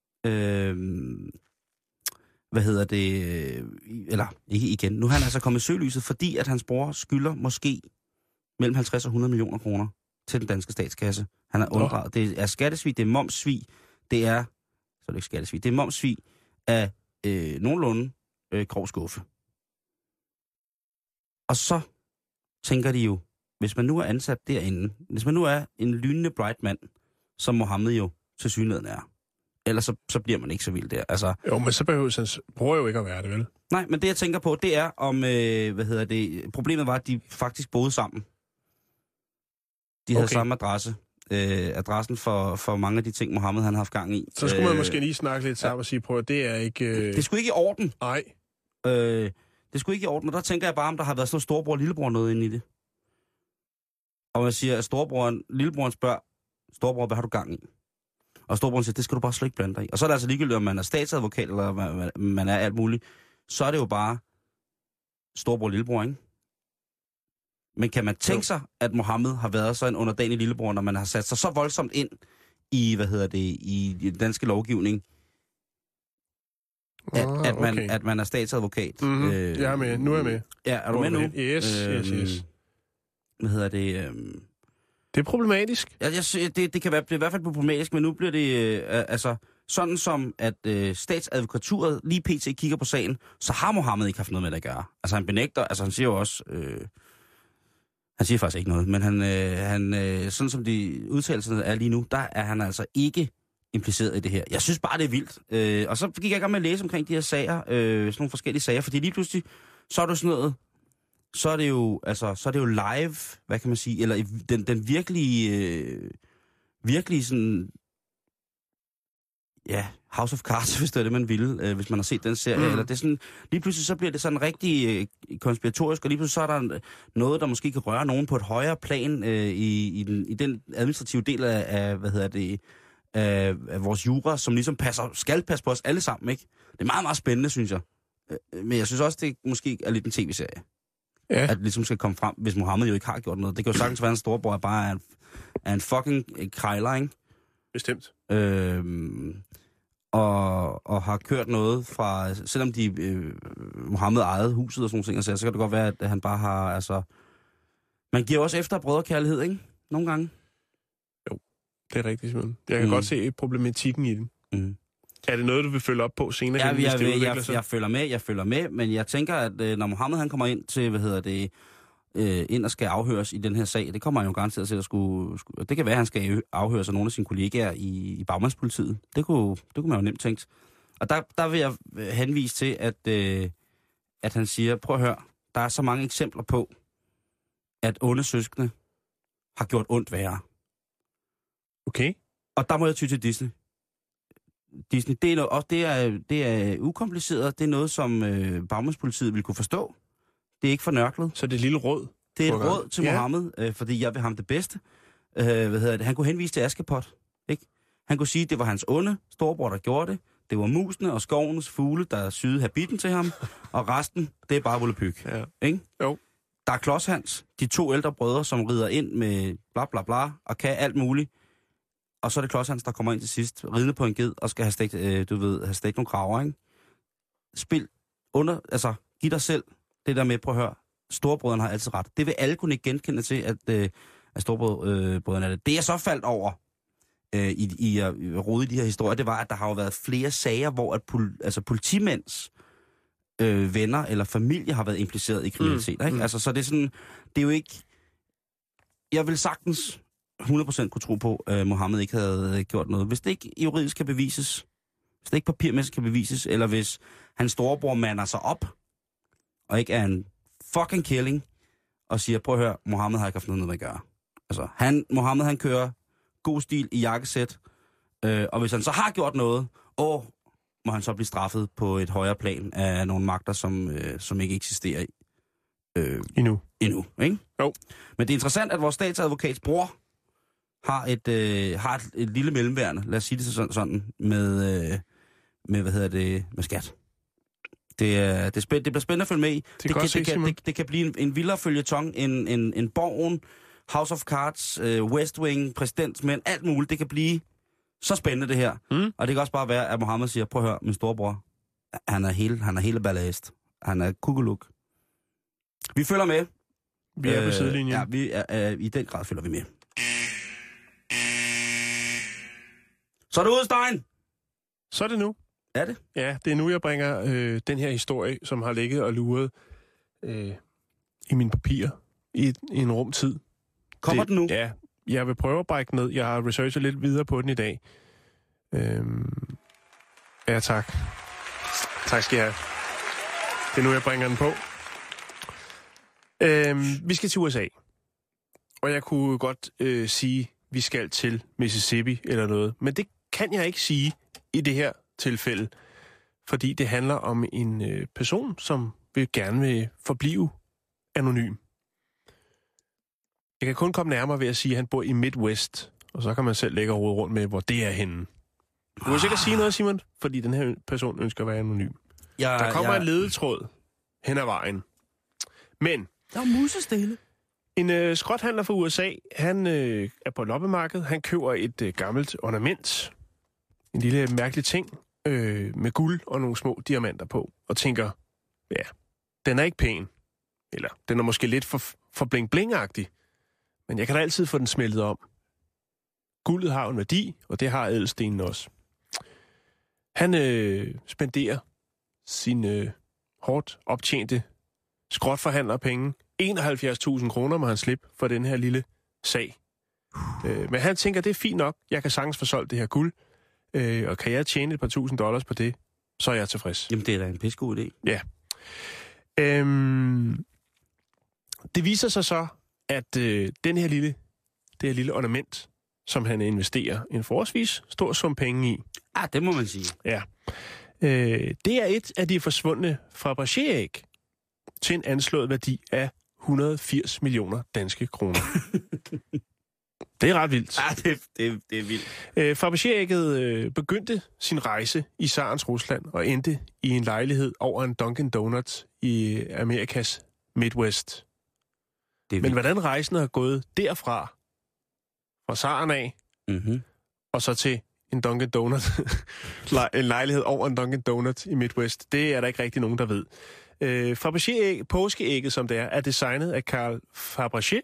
eller ikke igen, nu er han altså kommet i søgelyset, fordi at hans bror skylder måske mellem 50 og 100 millioner kroner til den danske statskasse. Han er unddraget. Det er skattesvig, det er momssvig, det er ikke skattesvig, det er momssvig af nogenlunde grov skuffe. Og så tænker de jo, hvis man nu er ansat derinde, hvis man nu er en lynende bright mand, som Mohammed jo til synligheden er, ellers så bliver man ikke så vild der. Altså, jo, men så behøver hans bror jo ikke at være det, vel? Nej, men det jeg tænker på, det er om, problemet var, at de faktisk boede sammen. De havde samme adresse. Adressen for mange af de ting, Mohammed han har haft gang i. Så skulle man måske lige snakke lidt sammen og sige, prøv at det er ikke... Det skulle ikke i orden. Nej. Det skulle ikke i orden, og der tænker jeg bare, om der har været sådan noget storebror og lillebror noget inde i det. Og man siger, at lillebroren spørger, storebror, hvad har du gang i? Og storebroren siger, det skal du bare slet ikke blande dig i. Og så er det altså ligegyldigt, om man er statsadvokat, eller man er alt muligt. Så er det jo bare storebror og lillebror, ikke? Men kan man tænke sig, at Mohammed har været så en underdanig lillebror, når man har sat sig så voldsomt ind i, i den danske lovgivning, at man er statsadvokat? Jeg er med. Nu er jeg med. Ja, er du med nu? Yes. Det er problematisk. Ja, det kan være, det er i hvert fald problematisk, men nu bliver det sådan som, at statsadvokaturet lige pt. Kigger på sagen, så har Mohammed ikke haft noget med det at gøre. Altså han benægter, altså han siger jo også, han siger faktisk ikke noget, men han sådan som de udtalelserne er lige nu, der er han altså ikke impliceret i det her. Jeg synes bare, det er vildt. Og så gik jeg i gang med at læse omkring de her sager, sådan nogle forskellige sager, fordi lige pludselig, så er det sådan noget, så er det jo live, hvad kan man sige, eller den virkelige sådan, ja, House of Cards, hvis det er det, man ville, hvis man har set den serie, eller det er sådan, lige pludselig så bliver det sådan rigtig konspiratorisk, og lige pludselig så er der noget, der måske kan røre nogen på et højere plan i den administrative del af af vores jura, som ligesom skal passe på os alle sammen, ikke? Det er meget, meget spændende, synes jeg. Men jeg synes også, det måske er lidt en tv-serie. Ja. At det ligesom skal komme frem, hvis Mohammed jo ikke har gjort noget. Det kan jo sagtens være, en storebror bare er en fucking krejler, ikke? Bestemt. Og har kørt noget fra, selvom Mohammed ejede huset og sådan nogle ting, så kan det godt være, at han bare har, altså... Man giver også efter brødrekærlighed, ikke? Nogle gange. Jo, det er rigtigt, Simon. Jeg kan godt se problematikken i den. Er det noget, du vil følge op på senere? Jeg følger med, men jeg tænker, at når Mohammed han kommer ind til, ind og skal afhøres i den her sag, det kommer han jo garanteret til at skulle det kan være, at han skal afhøres af nogle af sine kollegaer i bagmandspolitiet. Det kunne man jo nemt tænke. Og der vil jeg henvise til, at han siger, prøv at høre, der er så mange eksempler på, at onde søskende har gjort ondt værre. Okay. Og der må jeg ty til Disney. Disney, det er ukompliceret. Det er noget, som bagmandspolitiet vil kunne forstå. Det er ikke fornørklet. Så det er et lille råd? Det er et råd til Mohammed, fordi jeg vil ham det bedste. Han kunne henvise til Askepot. Ikke? Han kunne sige, at det var hans onde storebror, der gjorde det. Det var musene og skovens fugle, der syede habitten til ham. Og resten, det er bare volapyk. Ja. Ikke? Jo. Der er Klods-Hans, de 2 ældre brødre, som rider ind med bla bla bla, og kan alt muligt. Og så er det Klods-Hans, der kommer ind til sidst, ridende på en ged, og skal have stegt, have stegt nogle kraver, ikke? Giv dig selv det der med, prøv at høre, storebrødrene har altid ret. Det vil alle kunne ikke genkende til, at storebrødrene er det. Det jeg så faldt over i at rode i de her historier, det var, at der har jo været flere sager, hvor politimænds venner eller familie har været impliceret i kriminalitet. Ikke? Altså, så det er sådan, det er jo ikke... Jeg vil sagtens 100% kunne tro på, at Mohammed ikke havde gjort noget. Hvis det ikke juridisk kan bevises, hvis det ikke papirmæssigt kan bevises, eller hvis hans storebror mander sig op, og ikke er en fucking killing, og siger, prøv at høre, Mohammed har ikke haft noget at gøre. Altså, Mohammed han kører god stil i jakkesæt, og hvis han så har gjort noget, må han så blive straffet på et højere plan af nogle magter, som ikke eksisterer endnu. Ikke? Jo. Men det er interessant, at vores statsadvokats bror har et lille mellemværende, lad os sige det sådan, med skat. Det bliver spændende at følge med i. Det kan blive en vildere føljeton, en Borgen, House of Cards, West Wing, præsidentsmænd, alt muligt. Det kan blive så spændende det her. Og det kan også bare være, at Mohammed siger, prøv at høre, min storebror, han er hele ballast. Han er kugeluk. Vi følger med. Vi er på sidelinjen. Ja, vi er, i den grad følger vi med. Så er det ude, Stein! Så er det nu. Er det? Ja, det er nu, jeg bringer den her historie, som har ligget og luret i mine papirer i en rumtid. Kommer den nu? Ja, jeg vil prøve at brække ned. Jeg har researchet lidt videre på den i dag. Ja, tak. Tak skal I have. Det er nu, jeg bringer den på. Vi skal til USA. Og jeg kunne godt sige, vi skal til Mississippi eller noget. Men det kan jeg ikke sige i det her tilfælde. Fordi det handler om en person, som gerne vil forblive anonym. Jeg kan kun komme nærmere ved at sige, at han bor i Midwest. Og så kan man selv lægge og rode rundt med, hvor det er henne. Du vil sikkert sige noget, Simon, fordi den her person ønsker at være anonym. Der kommer en ledetråd hen ad vejen. Men der er musestille. En skrothandler fra USA, han er på loppemarkedet. Han køber et gammelt ornament. En lille mærkelig ting med guld og nogle små diamanter på. Og tænker, ja, den er ikke pæn. Eller den er måske lidt for bling-bling-agtig. Men jeg kan da altid få den smeltet om. Guldet har en værdi, og det har ædelstenen også. Han spenderer sin hårdt optjente skrotforhandlerpenge. 71.000 kroner må han slippe for den her lille sag. Men han tænker, det er fint nok. Jeg kan sagtens få solgt det her guld. Og kan jeg tjene et par $1,000 på det, så er jeg tilfreds. Jamen, det er da en pissegod idé. Ja. Det viser sig så, at det her lille ornament, som han investerer en forholdsvis stor sum penge i. Ah, det må man sige. Ja. Det er et af de forsvundne Fabergé-æg til en anslået værdi af 180 millioner danske kroner. Det er ret vildt. Ja, det er vildt. Fabergé-ægget begyndte sin rejse i Tsarens Rusland og endte i en lejlighed over en Dunkin' Donuts i Amerikas Midwest. Men hvordan rejsen har gået derfra, fra Tsaren af, og så til en Dunkin' Donut, en lejlighed over en Dunkin' Donut i Midwest, det er der ikke rigtig nogen, der ved. Påskeægget, som det er designet af Carl Fabergé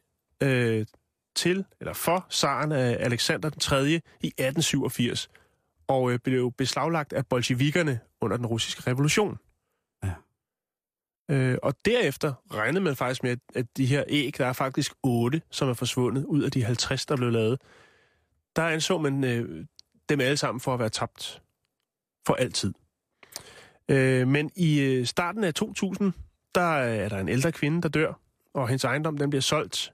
for tsaren af Alexander den 3. i 1887, og blev beslaglagt af bolsjevikkerne under den russiske revolution. Ja. Og derefter regnede man faktisk med, at de her æg, der er faktisk 8, som er forsvundet ud af de 50, der blev lavet, der anså man dem alle sammen for at være tabt for altid. Men i starten af 2000, der er der en ældre kvinde, der dør, og hendes ejendom, den bliver solgt.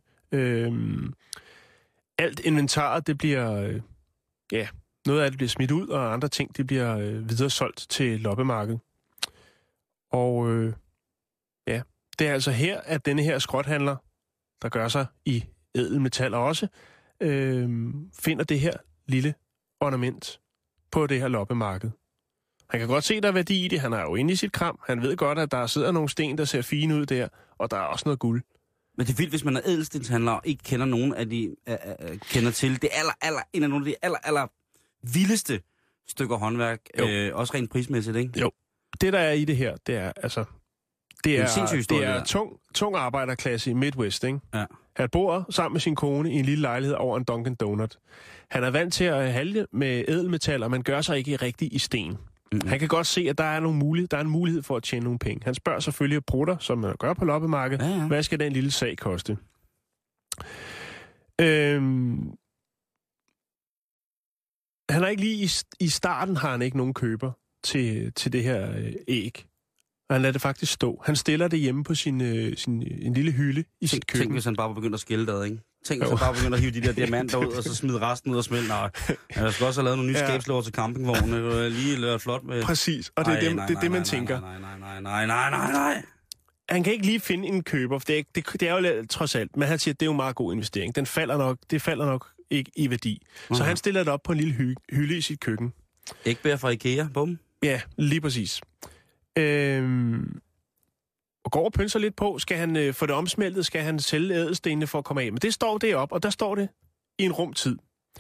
Alt inventaret, det bliver... noget af det bliver smidt ud, og andre ting, det bliver videre solgt til loppemarkedet. Og det er altså her, at denne her skrothandler, der gør sig i ædelmetaller også, finder det her lille ornament på det her loppemarked. Han kan godt se, der er værdi i det. Han er jo inde i sit kram. Han ved godt, at der sidder nogle sten, der ser fine ud der, og der er også noget guld. Men det er vildt, hvis man er ædelstenshandler og ikke kender nogen af de kender til det en af nogle af de aller vildeste stykker håndværk, også rent prismæssigt, ikke? Jo. Det, der er i det her, det er altså... Det er tung arbejderklasse i Midwest, ikke? Ja. Han bor sammen med sin kone i en lille lejlighed over en Dunkin' Donut. Han er vant til at handle med ædelmetaller, men gør sig ikke rigtig i sten. Mm-hmm. Han kan godt se, at der er en mulighed for at tjene nogle penge. Han spørger selvfølgelig prutter, som man gør på loppemarkedet, hvad skal den lille sag koste? Han har ikke lige i starten har han ikke nogen køber til det her æg. Og han lader det faktisk stå. Han stiller det hjemme på sin en lille hylde i sit køkken. Tænk, hvis han bare begynder at skille det, ikke? Tænk, hvis han bare begynder at hive de der diamanter ud, og så smide resten ud og smelte. Nej, jeg skal også have lavet nogle nye skabslåger til campingvogne. Lige lavet flot med... Præcis, og det er det, man tænker. Nej. Han kan ikke lige finde en køber, for det er jo trods alt, men han siger, at det er jo en meget god investering. Det falder nok ikke i værdi. Så han stiller det op på en lille hylde i sit køkken. Ægbær fra Ikea, bum. Ja, lige præcis. Og går og pynser lidt på, skal han få det omsmeltet, skal han sælge ædelstenene for at komme af. Men det står det op, og der står det i en rumtid.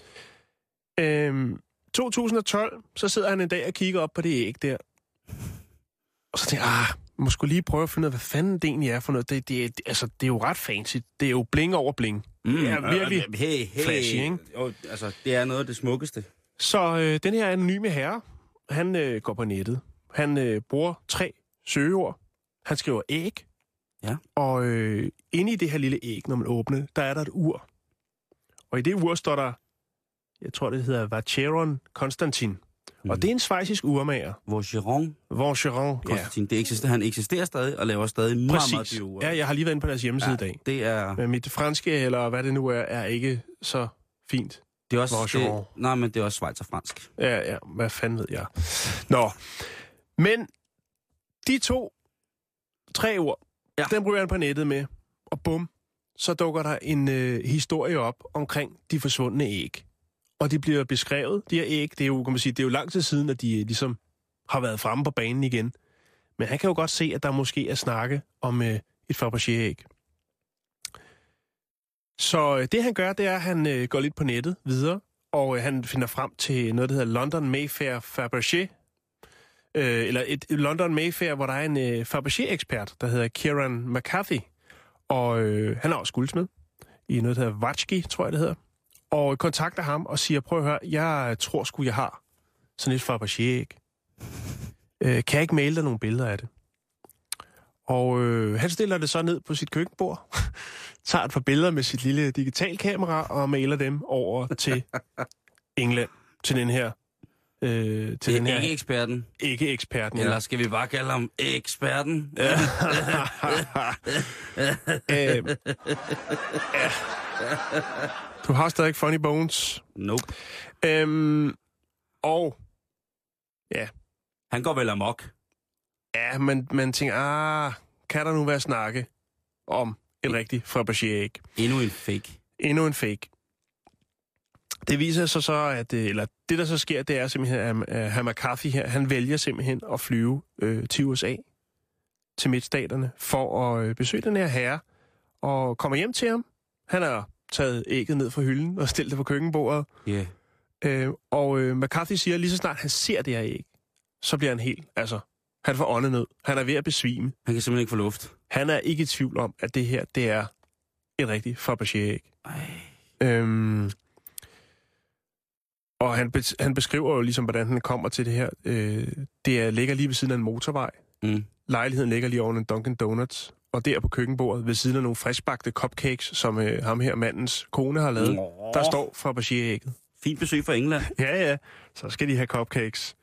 2012, så sidder han en dag og kigger op på det æg der. Og så tænker jeg, må sgu lige prøve at finde ud af, hvad fanden det egentlig er for noget. Det er jo ret fancy. Det er jo bling over bling. Det er virkelig flashy, ikke? Jo, altså, det er noget af det smukkeste. Så den her anonyme herre, han går på nettet. Han bruger 3 søgeord. Han skriver æg. Ja. Og inde i det her lille æg, når man åbner, der er der et ur. Og i det ur står der, jeg tror det hedder Vacheron Constantin. Og det er en schweizisk urmager. Vacheron Constantin. Ja. Han eksisterer stadig og laver stadig meget dyre ure. Ja, jeg har lige været inde på deres hjemmeside i dag. Det er... Men mit franske, eller hvad det nu er ikke så fint. Det er også... Nej, men det er også schweizerfransk. Ja, hvad fanden ved jeg. Nå, men de 3 ord, den bruger han på nettet med, og bum, så dukker der en historie op omkring de forsvundne æg. Og de bliver beskrevet, de her æg, det er jo, kan man sige, det er jo lang tid siden, at de ligesom har været fremme på banen igen. Men han kan jo godt se, at der måske er snakke om et Fabergé-æg. Så det han gør, det er, at han går lidt på nettet videre, og han finder frem til noget, der hedder London Mayfair Fabergé, eller et London Mayfair, hvor der er en Fabergé-ekspert, der hedder Kieran McCarthy. Og han er også guldsmed i noget, der hedder Vatchki, tror jeg det hedder. Og kontakter ham og siger, prøv at høre, jeg tror sgu, jeg har sådan et Fabergé-æg. Kan jeg ikke male dig nogle billeder af det? Og han stiller det så ned på sit køkkenbord, tager et par billeder med sit lille digitalkamera og maler dem over til England, til den her... til den her ikke-eksperten. Ikke-eksperten, eller skal vi bare kalde ham eksperten? Ja. Du har stadig funny bones. Nope. Og ja. Han går vel amok. Ja, men man tænker, kan der nu være snakke om en rigtig Fabergé-æg? Endnu en fake. Det viser sig så, at eller det der så sker, det er simpelthen, at herr McCarthy her, han vælger simpelthen at flyve til USA, til midtstaterne, for at besøge den her herre, og kommer hjem til ham. Han har taget ægget ned fra hylden og stillet det på køkkenbordet. Og McCarthy siger, lige så snart han ser det her æg, så bliver han helt, han får åndenød. Han er ved at besvime. Han kan simpelthen ikke få luft. Han er ikke i tvivl om, at det her, det er et rigtigt Fabergé-æg. Og han beskriver jo ligesom, hvordan han kommer til det her. Det ligger lige ved siden af en motorvej. Lejligheden ligger lige oven en Dunkin' Donuts. Og der på køkkenbordet, ved siden af nogle friskbagte cupcakes, som ham her mandens kone har lavet, der står Fabergé-ægget. Fint besøg fra England. Ja. Så skal de have cupcakes.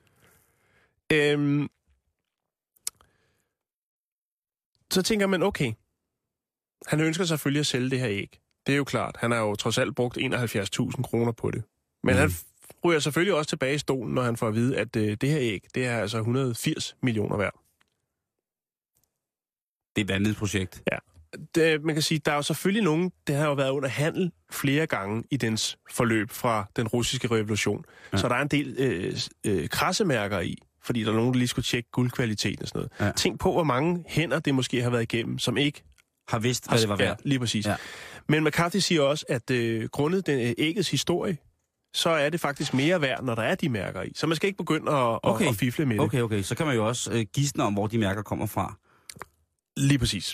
Så tænker man, okay, Han ønsker selvfølgelig at sælge det her æg. Det er jo klart. Han har jo trods alt brugt 71.000 kroner på det. Men han ryger selvfølgelig også tilbage i stolen, når han får at vide, at det her æg, det er altså 180 millioner værd. Det er et vanvittigt projekt. Ja. Man kan sige, der er jo selvfølgelig nogen, det har jo været under handel flere gange i dens forløb fra den russiske revolution. Ja. Så der er en del krassemærker i, fordi der er nogen, der lige skulle tjekke guldkvaliteten og sådan noget. Ja. Tænk på, hvor mange hænder det måske har været igennem, som ikke har vidst, hvad det var værd. Ja, lige præcis. Ja. Men McCarthy siger også, at grundet den æggets historie, så er det faktisk mere værd, når der er de mærker i. Så man skal ikke begynde at fifle med det. Okay. Så kan man jo også gisne om, hvor de mærker kommer fra. Lige præcis.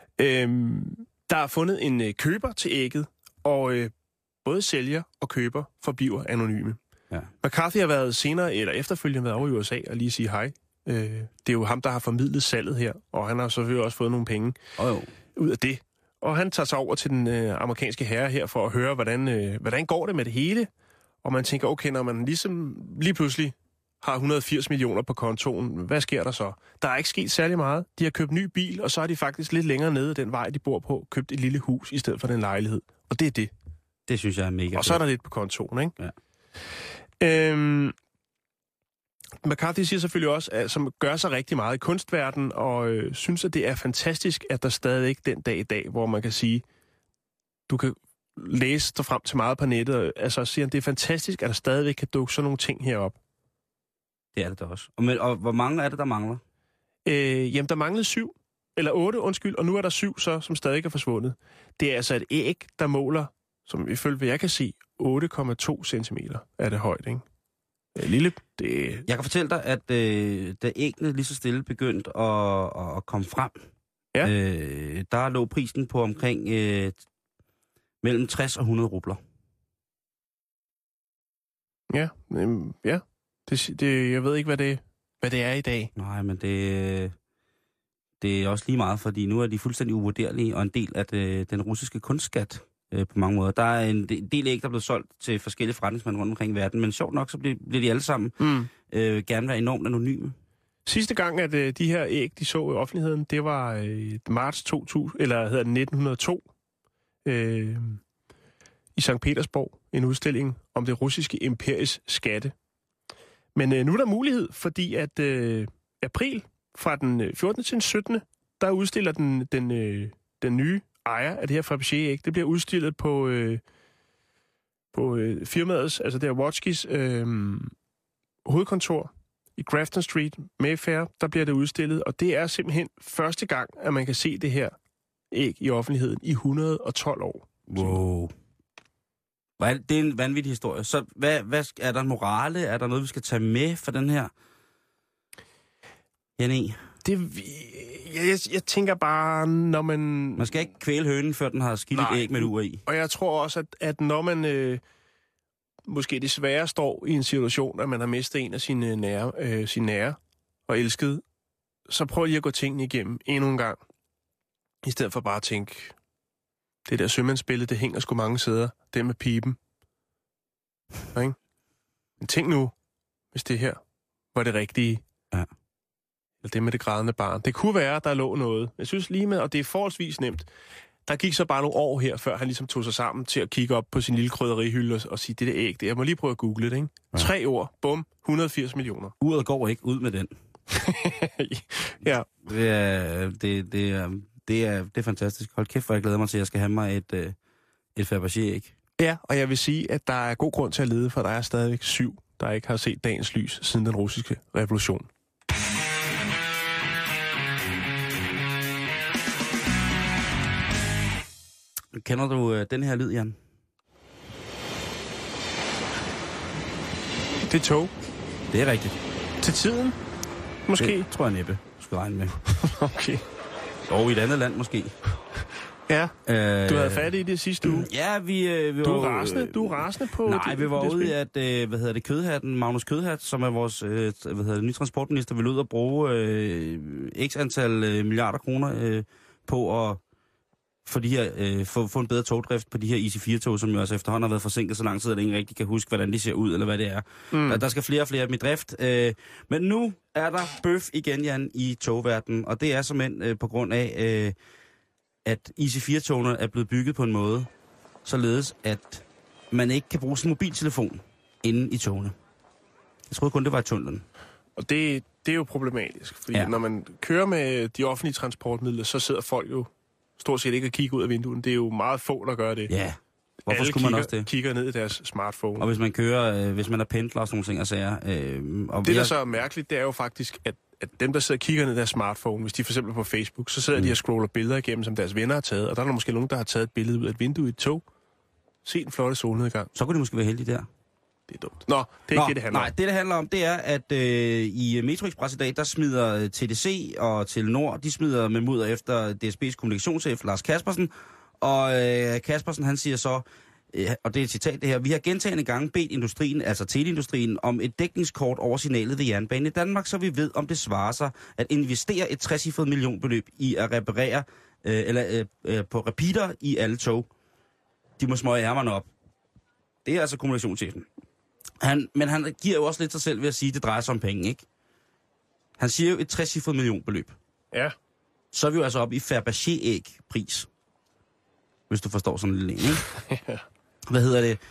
Der er fundet en køber til ægget, og både sælger og køber forbliver anonyme. Ja. McCarthy har været senere eller efterfølgende været over i USA og lige sige hej. Det er jo ham, der har formidlet salget her, og han har selvfølgelig også fået nogle penge ud af det. Og han tager sig over til den amerikanske herre her for at høre, hvordan går det med det hele. Og man tænker, okay, når man lige pludselig har 180 millioner på kontoen, hvad sker der så? Der er ikke sket særlig meget. De har købt ny bil, og så er de faktisk lidt længere nede den vej, de bor på, købt et lille hus i stedet for den lejlighed. Og det er det. Det synes jeg er mega. Og så er der lidt på kontoen, ikke? Ja. McCarthy siger selvfølgelig også, som gør sig rigtig meget i kunstverdenen, og synes, at det er fantastisk, at der stadig ikke den dag i dag, hvor man kan sige, du kan læse dig frem til meget på nettet. Altså siger han, det er fantastisk, at der stadigvæk kan dukke sådan nogle ting herop. Det er det da også. Og hvor mange er det, der mangler? Jamen, der manglede 8, og nu er der 7, som stadig er forsvundet. Det er altså et æg, der måler, som ifølge hvad jeg kan se, 8,2 centimeter er det højt, ikke? Lille, det... Jeg kan fortælle dig, at da æggene lige så stille begyndte at komme frem, der lå prisen på omkring mellem 60 og 100 rubler. Ja. Jeg ved ikke, hvad det er i dag. Nej, men det er også lige meget, fordi nu er de fuldstændig uvurderlige, og en del af den russiske kunstskat på mange måder. Der er en del æg, der er blevet solgt til forskellige forretningsmænd rundt omkring i verden, men sjovt nok, så bliver de alle sammen gerne være enormt anonyme. Sidste gang, at de her æg, de så i offentligheden, det var marts 1902 i Sankt Petersborg, en udstilling om det russiske imperies skatte. Men nu er der mulighed, fordi at april fra den 14. til den 17. der udstiller den nye ejer af det her Fabergé-æg. Det bliver udstillet på firmaets, altså det er Wotskis hovedkontor i Grafton Street, Mayfair. Der bliver det udstillet, og det er simpelthen første gang, at man kan se det her æg i offentligheden i 112 år. Wow. Det er en vanvittig historie. Så hvad er der en morale? Er der noget, vi skal tage med for den her? Jenny? Jeg tænker bare, når man... Man skal ikke kvæle hønen, før den har skidt et æg med et ur i. Og jeg tror også, at når man måske desværre står i en situation, at man har mistet en af sine nære og elskede, så prøv lige at gå tingene igennem endnu en gang. I stedet for bare at tænke, det der sømandsbillede, det hænger sgu mange steder. Det med piben. Okay? Men tænk nu, hvis det her var det rigtige. Ja. Eller det med det grædende barn. Det kunne være, der lå noget. Jeg synes lige med, og det er forholdsvis nemt. Der gik så bare nogle år her, før han ligesom tog sig sammen til at kigge op på sin lille krydderihylde og sige, det der æg, det jeg må lige prøve at google det, ikke? Ja. 3 år, bum, 180 millioner. Uret går ikke ud med den. Ja. Det er fantastisk. Hold kæft, for jeg glæder mig til, at jeg skal have mig et Fabergé-æg. Ja, og jeg vil sige, at der er god grund til at lede, for der er stadigvæk 7, der ikke har set dagens lys siden den russiske revolution. Kender du den her lyd, Jan? Det er tog. Det er rigtigt. Til tiden? Måske? Det tror jeg næppe, du skal regne med. Okay. Og i et andet land måske. Ja, du havde fat i det sidste uge. Ja, vi du er rasende. Du er rasende på... Nej, vi var ude i, at, Kødhatten, Magnus Kødhat, som er vores, nye transportminister, vil ud og bruge x antal milliarder kroner på at få en bedre togdrift på de her IC4-tog, som jo altså efterhånden har været forsinket så lang tid, at ingen rigtig kan huske, hvordan de ser ud, eller hvad det er. Der skal flere og flere af dem i drift. Men nu er der bøf igen, Jan, i togverdenen, og det er simpelthen på grund af at IC4-togene er blevet bygget på en måde, således at man ikke kan bruge sin mobiltelefon inde i togene. Jeg troede kun, det var i tunnelen. Og det er jo problematisk, fordi når man kører med de offentlige transportmidler, så sidder folk jo stort set ikke og kigger ud af vinduet. Det er jo meget få, der gør det. Ja. Hvorfor alle skulle man også det? Kigger ned i deres smartphone. Og hvis man kører, hvis man er pendler og sådan nogle ting og sager. Det, der så er mærkeligt, det er jo faktisk, at dem, der sidder og kigger ned i deres smartphone, hvis de for eksempel på Facebook, så sidder de og scroller billeder igennem, som deres venner har taget. Og der er der måske nogen, der har taget et billede ud af et vindue i et tog. Se en flotte solnedgang. Så kunne de måske være heldige der. Det er dumt. Nå, det er ikke det handler om. Nej, det handler om, det er, at i Metro Express i dag, der smider TDC og Telenor, de smider med mudder efter DSB's kommunikationschef, Lars Kaspersen. Og Kaspersen, han siger så, og det er et citat det her, vi har gentagne gange bedt industrien, altså teleindustrien, om et dækningskort over signalet ved jernbanen i Danmark, så vi ved, om det svarer sig at investere et 60-cifret millionbeløb i at reparere, på repeater i alle tog. De må smøge ærmerne op. Det er altså kommunikationschefen. Men han giver jo også lidt sig selv ved at sige, at det drejer sig om penge, ikke? Han siger jo et 60-cifret millionbeløb. Ja. Så er vi jo altså oppe i Fabergé-æg-pris. Hvis du forstår sådan en lille, ikke? Hvad hedder det?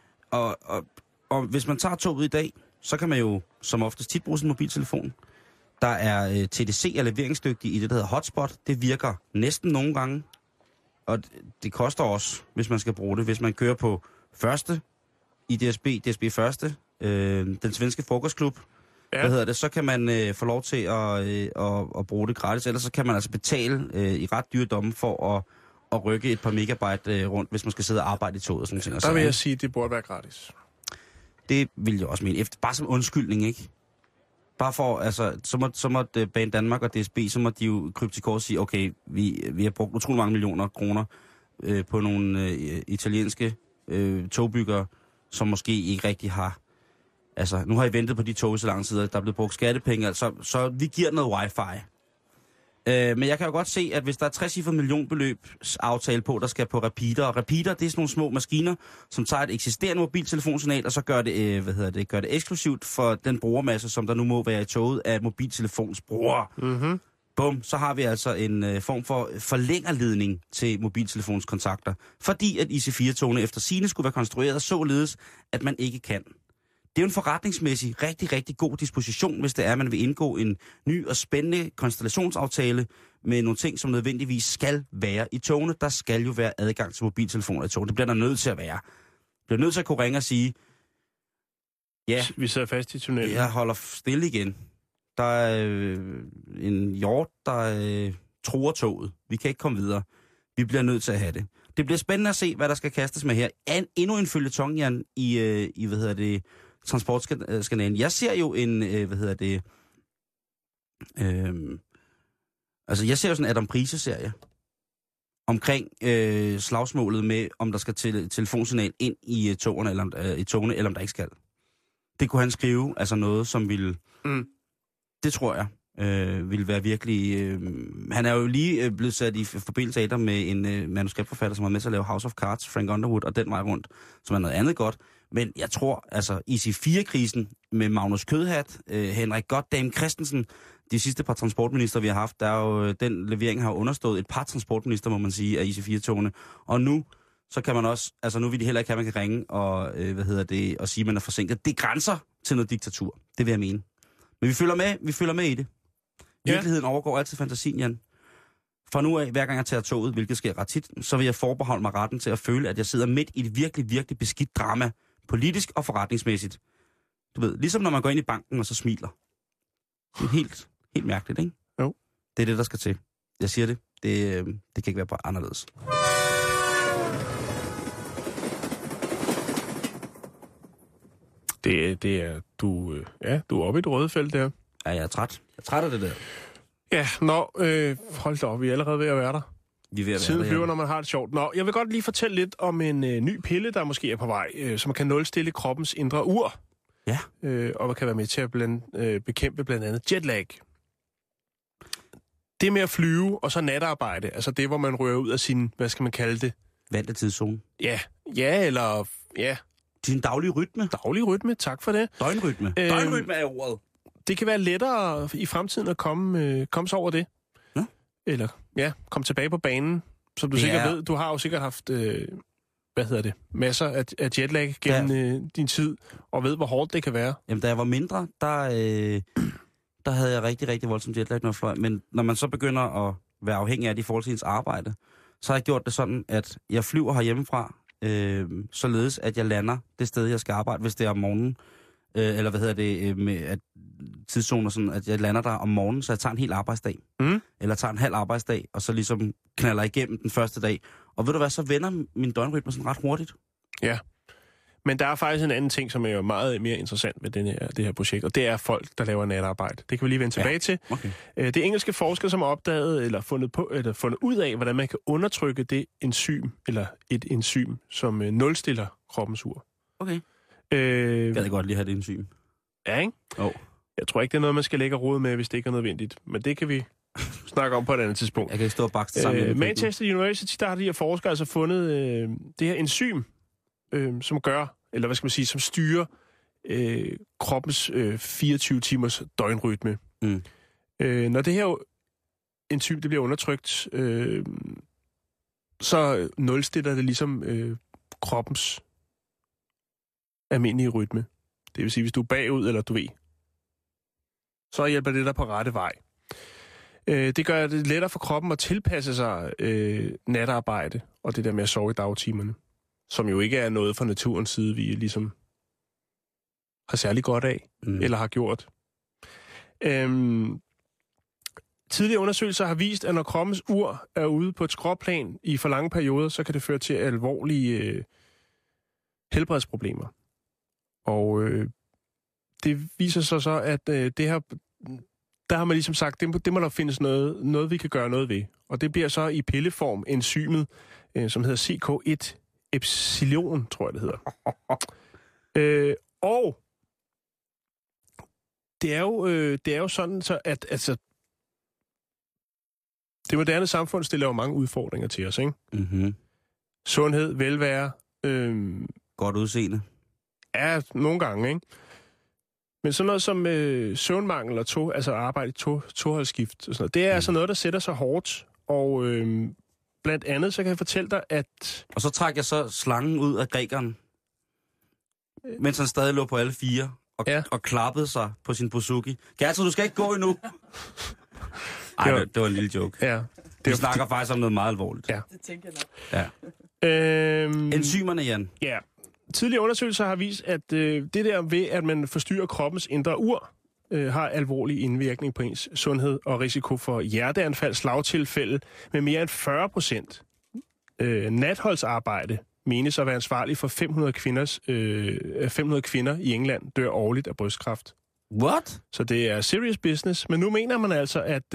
Og hvis man tager toget i dag, så kan man jo som oftest tit bruge sin mobiltelefon. Der er TDC er leveringsdygtig i det, der hedder hotspot. Det virker næsten nogle gange. Og det koster også, hvis man skal bruge det. Hvis man kører på første i DSB Første, den svenske frokostklub, så kan man få lov til at bruge det gratis. Ellers så kan man altså betale i ret dyre domme for at rykke et par megabyte rundt, hvis man skal sidde og arbejde i toget og sådan noget. Der vil jeg sige, at det burde være gratis. Det vil jeg også mene. Bare som undskyldning, ikke? Bare for, altså, så må Bane Danmark og DSB, så må de jo krybe til kort og sige, okay, vi har brugt utrolig mange millioner kroner på nogle italienske togbyggere, som måske ikke rigtig har... Altså, nu har I ventet på de tog så lang tid, der er blevet brugt skattepenge, altså, så vi giver noget wifi. Men jeg kan jo godt se, at hvis der er 60-cifret millionbeløbs aftale på, der skal på repeater, og repeater, det er sådan nogle små maskiner, som tager et eksisterende mobiltelefonsignal, og så gør det, gør det eksklusivt for den brugermasse, som der nu må være i toget af mobiltelefons brugere. Mm-hmm. Bum, så har vi altså en form for forlængerledning til mobiltelefonskontakter, fordi at IC4-togene efter sigende skulle være konstrueret således, at man ikke kan. Det er jo en forretningsmæssig rigtig, rigtig god disposition, hvis det er, at man vil indgå en ny og spændende konstellationsaftale med nogle ting, som nødvendigvis skal være i togene. Der skal jo være adgang til mobiltelefoner i togene. Det bliver der nødt til at være. Det bliver nødt til at kunne ringe og sige, ja, vi sidder fast i tunnelen. Jeg holder stille igen. Der er en hjort, der truer toget. Vi kan ikke komme videre. Vi bliver nødt til at have det. Det bliver spændende at se, hvad der skal kastes med her. Endnu en føljeton, Jan, i transportskandalen. Jeg ser jo en, jeg ser jo sådan en Adam Price-serie omkring slagsmålet med, om der skal telefonsignal ind i togene, eller om der ikke skal. Det kunne han skrive, altså noget, som ville... Det tror jeg ville være virkelig... han er jo lige blevet sat i forbindelse med en manuskriptforfatter, som var med til at lave House of Cards, Frank Underwood, og den vej rundt, som er noget andet godt. Men jeg tror, altså IC4-krisen med Magnus Kødhat, Henrik Goddam Christensen, de sidste par transportminister, vi har haft, der er jo, den levering har understået et par transportminister, må man sige, af IC4-togene. Og nu, så kan man også, altså nu vil de heller ikke have, at man kan ringe og, og sige, at man er forsinket. Det grænser til noget diktatur, det vil jeg mene. Men vi følger med i det. Virkeligheden overgår altid fantasien, Jan. Fra nu af, hver gang jeg tager toget, hvilket sker ret tit, så vil jeg forbeholde mig retten til at føle, at jeg sidder midt i et virkelig, virkelig beskidt drama, politisk og forretningsmæssigt. Du ved, ligesom når man går ind i banken og så smiler. Det er helt mærkeligt, ikke? Jo. Det er det, der skal til. Jeg siger det. Det kan ikke være bare anderledes. Det er, du er oppe i et røde felt der. Ja, jeg er træt. Jeg er træt af det der. Ja, hold da op, vi er allerede ved at være der. Vi er ved at være Tiden der, flyver, når man har det sjovt. Jeg vil godt lige fortælle lidt om en ny pille, der måske er på vej, som kan nulstille kroppens indre ur. Ja. Og hvad kan være med til at bekæmpe blandt andet jetlag. Det med at flyve, og så natarbejde, altså det, hvor man rører ud af sin, hvad skal man kalde det? Vante tidszone. Ja, eller... Ja. Din daglige rytme. Daglig rytme, tak for det. Døgnrytme. Døgnrytme er ordet. Det kan være lettere i fremtiden at komme sig over det. Ja. Eller, komme tilbage på banen som du sikkert ved, du har jo sikkert haft, masser af jetlag gennem din tid, og ved, hvor hårdt det kan være. Jamen, da jeg var mindre, der havde jeg rigtig, rigtig voldsomt jetlag, når jeg fløj. Men når man så begynder at være afhængig af det i forhold til ens arbejde, så har jeg gjort det sådan, at jeg flyver herhjemmefra, således at jeg lander det sted, jeg skal arbejde, hvis det er om morgenen, med tidszoner, sådan at jeg lander der om morgenen, så jeg tager en hel arbejdsdag. Eller tager en halv arbejdsdag, og så ligesom knaller igennem den første dag. Og ved du hvad, så vender min døgnrytme sådan ret hurtigt. Ja, men der er faktisk en anden ting, som er jo meget mere interessant ved det her projekt, og det er folk, der laver natarbejde. Det kan vi lige vende tilbage til. Okay. Det er engelske forskere, som har opdaget eller fundet ud af, hvordan man kan undertrykke det enzym, eller et enzym, som nulstiller kroppens ur. Okay. Jeg kan godt lige have det enzym. Ja, ikke? Jeg tror ikke, det er noget, man skal lægge rode med, hvis det ikke er nødvendigt. Men det kan vi snakke om på et andet tidspunkt. Jeg kan ikke stå og bakse sammen. Manchester University, der har de her forskere altså fundet det her enzym, som gør, eller hvad skal man sige, som styrer kroppens 24 timers døgnrytme. Når det her enzym det bliver undertrykt, så nulstiller det ligesom kroppens almindelige rytme. Det vil sige, hvis du er bagud, eller du ved, så hjælper det dig på rette vej. Det gør det lettere for kroppen at tilpasse sig natarbejde, og det der med at sove i dagtimerne, som jo ikke er noget fra naturens side, vi ligesom har særlig godt af, eller har gjort. Tidligere undersøgelser har vist, at når kroppens ur er ude på et skråplan i for lange perioder, så kan det føre til alvorlige helbredsproblemer. Og det viser sig så, at det her, der har man ligesom sagt, det må der findes noget, vi kan gøre noget ved. Og det bliver så i pilleform enzymet, som hedder CK1 epsilon, tror jeg det hedder. Og det er jo sådan, så at altså, det moderne samfund stiller jo mange udfordringer til os, ikke? Mm-hmm. Sundhed, velvære. Godt udseende. Ja, nogle gange, ikke? Men sådan noget som søvnmangel og altså arbejde i toholdsskift og sådan noget, det er altså noget, der sætter sig hårdt. Og blandt andet, så kan jeg fortælle dig, at... Og så trækker jeg så slangen ud af grækeren, mens han stadig lå på alle fire og klappede sig på sin buzuki. Gertrud, du skal ikke gå endnu! Ej, det var en lille joke. Ja. Vi snakker faktisk om noget meget alvorligt. Ja. Det tænker jeg nok. Ja. Enzymerne, Jan. Ja. Tidligere undersøgelser har vist, at det der ved, at man forstyrrer kroppens indre ur, har alvorlig indvirkning på ens sundhed og risiko for hjerteanfald, slagtilfælde med mere end 40%. Natholdsarbejde menes at være ansvarlig for 500 kvinder i England dør årligt af brystkræft. What? Så det er serious business, men nu mener man altså, at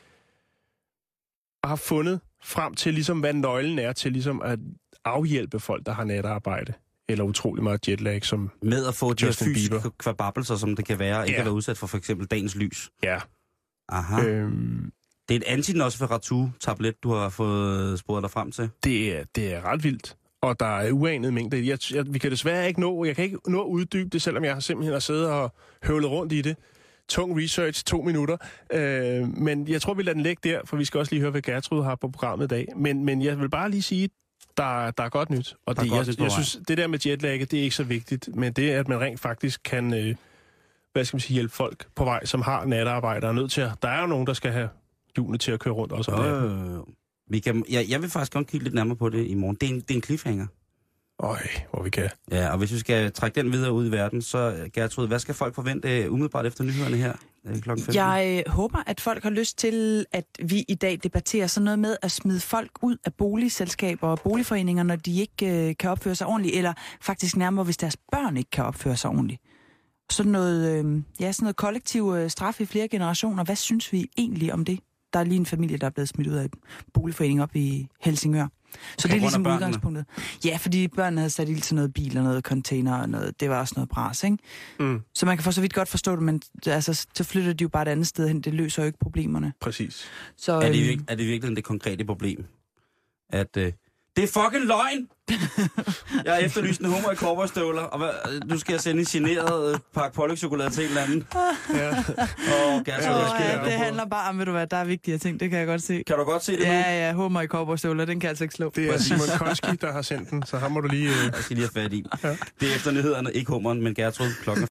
har fundet frem til, ligesom, hvad nøglen er til ligesom at afhjælpe folk, der har natarbejde. Eller utrolig meget jetlag, som med at få de her fysiske kvababelser, som det kan være, ikke at være udsat for eksempel dagens lys. Ja. Aha. Det er et anti-Nosferatu-tablet, du har fået sporet dig frem til. Det er ret vildt. Og der er uanede mængder. Vi kan desværre ikke jeg kan ikke nå at uddybe det, selvom jeg simpelthen har siddet og høvlet rundt i det. Tung research, 2 minutter. Men jeg tror, vi lader den ligge der, for vi skal også lige høre, hvad Gertrud har på programmet i dag. Men jeg vil bare lige sige, der er godt nyt. Og jeg synes, det der med jetlagget, det er ikke så vigtigt. Men det, at man rent faktisk kan hjælpe folk på vej, som har natarbejde, er nødt til der er jo nogen, der skal have hjulene til at køre rundt også. Jeg vil faktisk godt kigge lidt nærmere på det i morgen. Det er en cliffhanger. Hvor vi kan. Ja, og hvis vi skal trække den videre ud i verden, så Gertrud, hvad skal folk forvente umiddelbart efter nyhederne her klokken 15? Jeg håber, at folk har lyst til, at vi i dag debatterer sådan noget med at smide folk ud af boligselskaber og boligforeninger, når de ikke kan opføre sig ordentligt, eller faktisk nærmere, hvis deres børn ikke kan opføre sig ordentligt. Sådan noget kollektiv straf i flere generationer. Hvad synes vi egentlig om det? Der er lige en familie, der er blevet smidt ud af en boligforening op i Helsingør. Så det er ligesom udgangspunktet. Ja, fordi børnene havde sat ild til noget bil og noget container og noget. Det var også noget bras, ikke? Så man kan for så vidt godt forstå det, men altså, så flytter de jo bare et andet sted hen. Det løser jo ikke problemerne. Præcis. Så, er det virkelig det konkrete problem? At det er fucking løgn! Jeg har efterlyst en hummer i cowboystøvler, og nu skal jeg sende en generet pakke pålægtschokolade til en eller anden. Det handler bare om, ved du hvad, der er vigtigere ting, det kan jeg godt se. Kan du godt se det nu? Ja, hummer i cowboystøvler, den kan jeg altså ikke slå. Det er Simon Koski, der har sendt den, så ham må du lige... Jeg skal lige have fat i. Ja. Det er efter nyhederne, ikke hummeren, men Gertrud klokken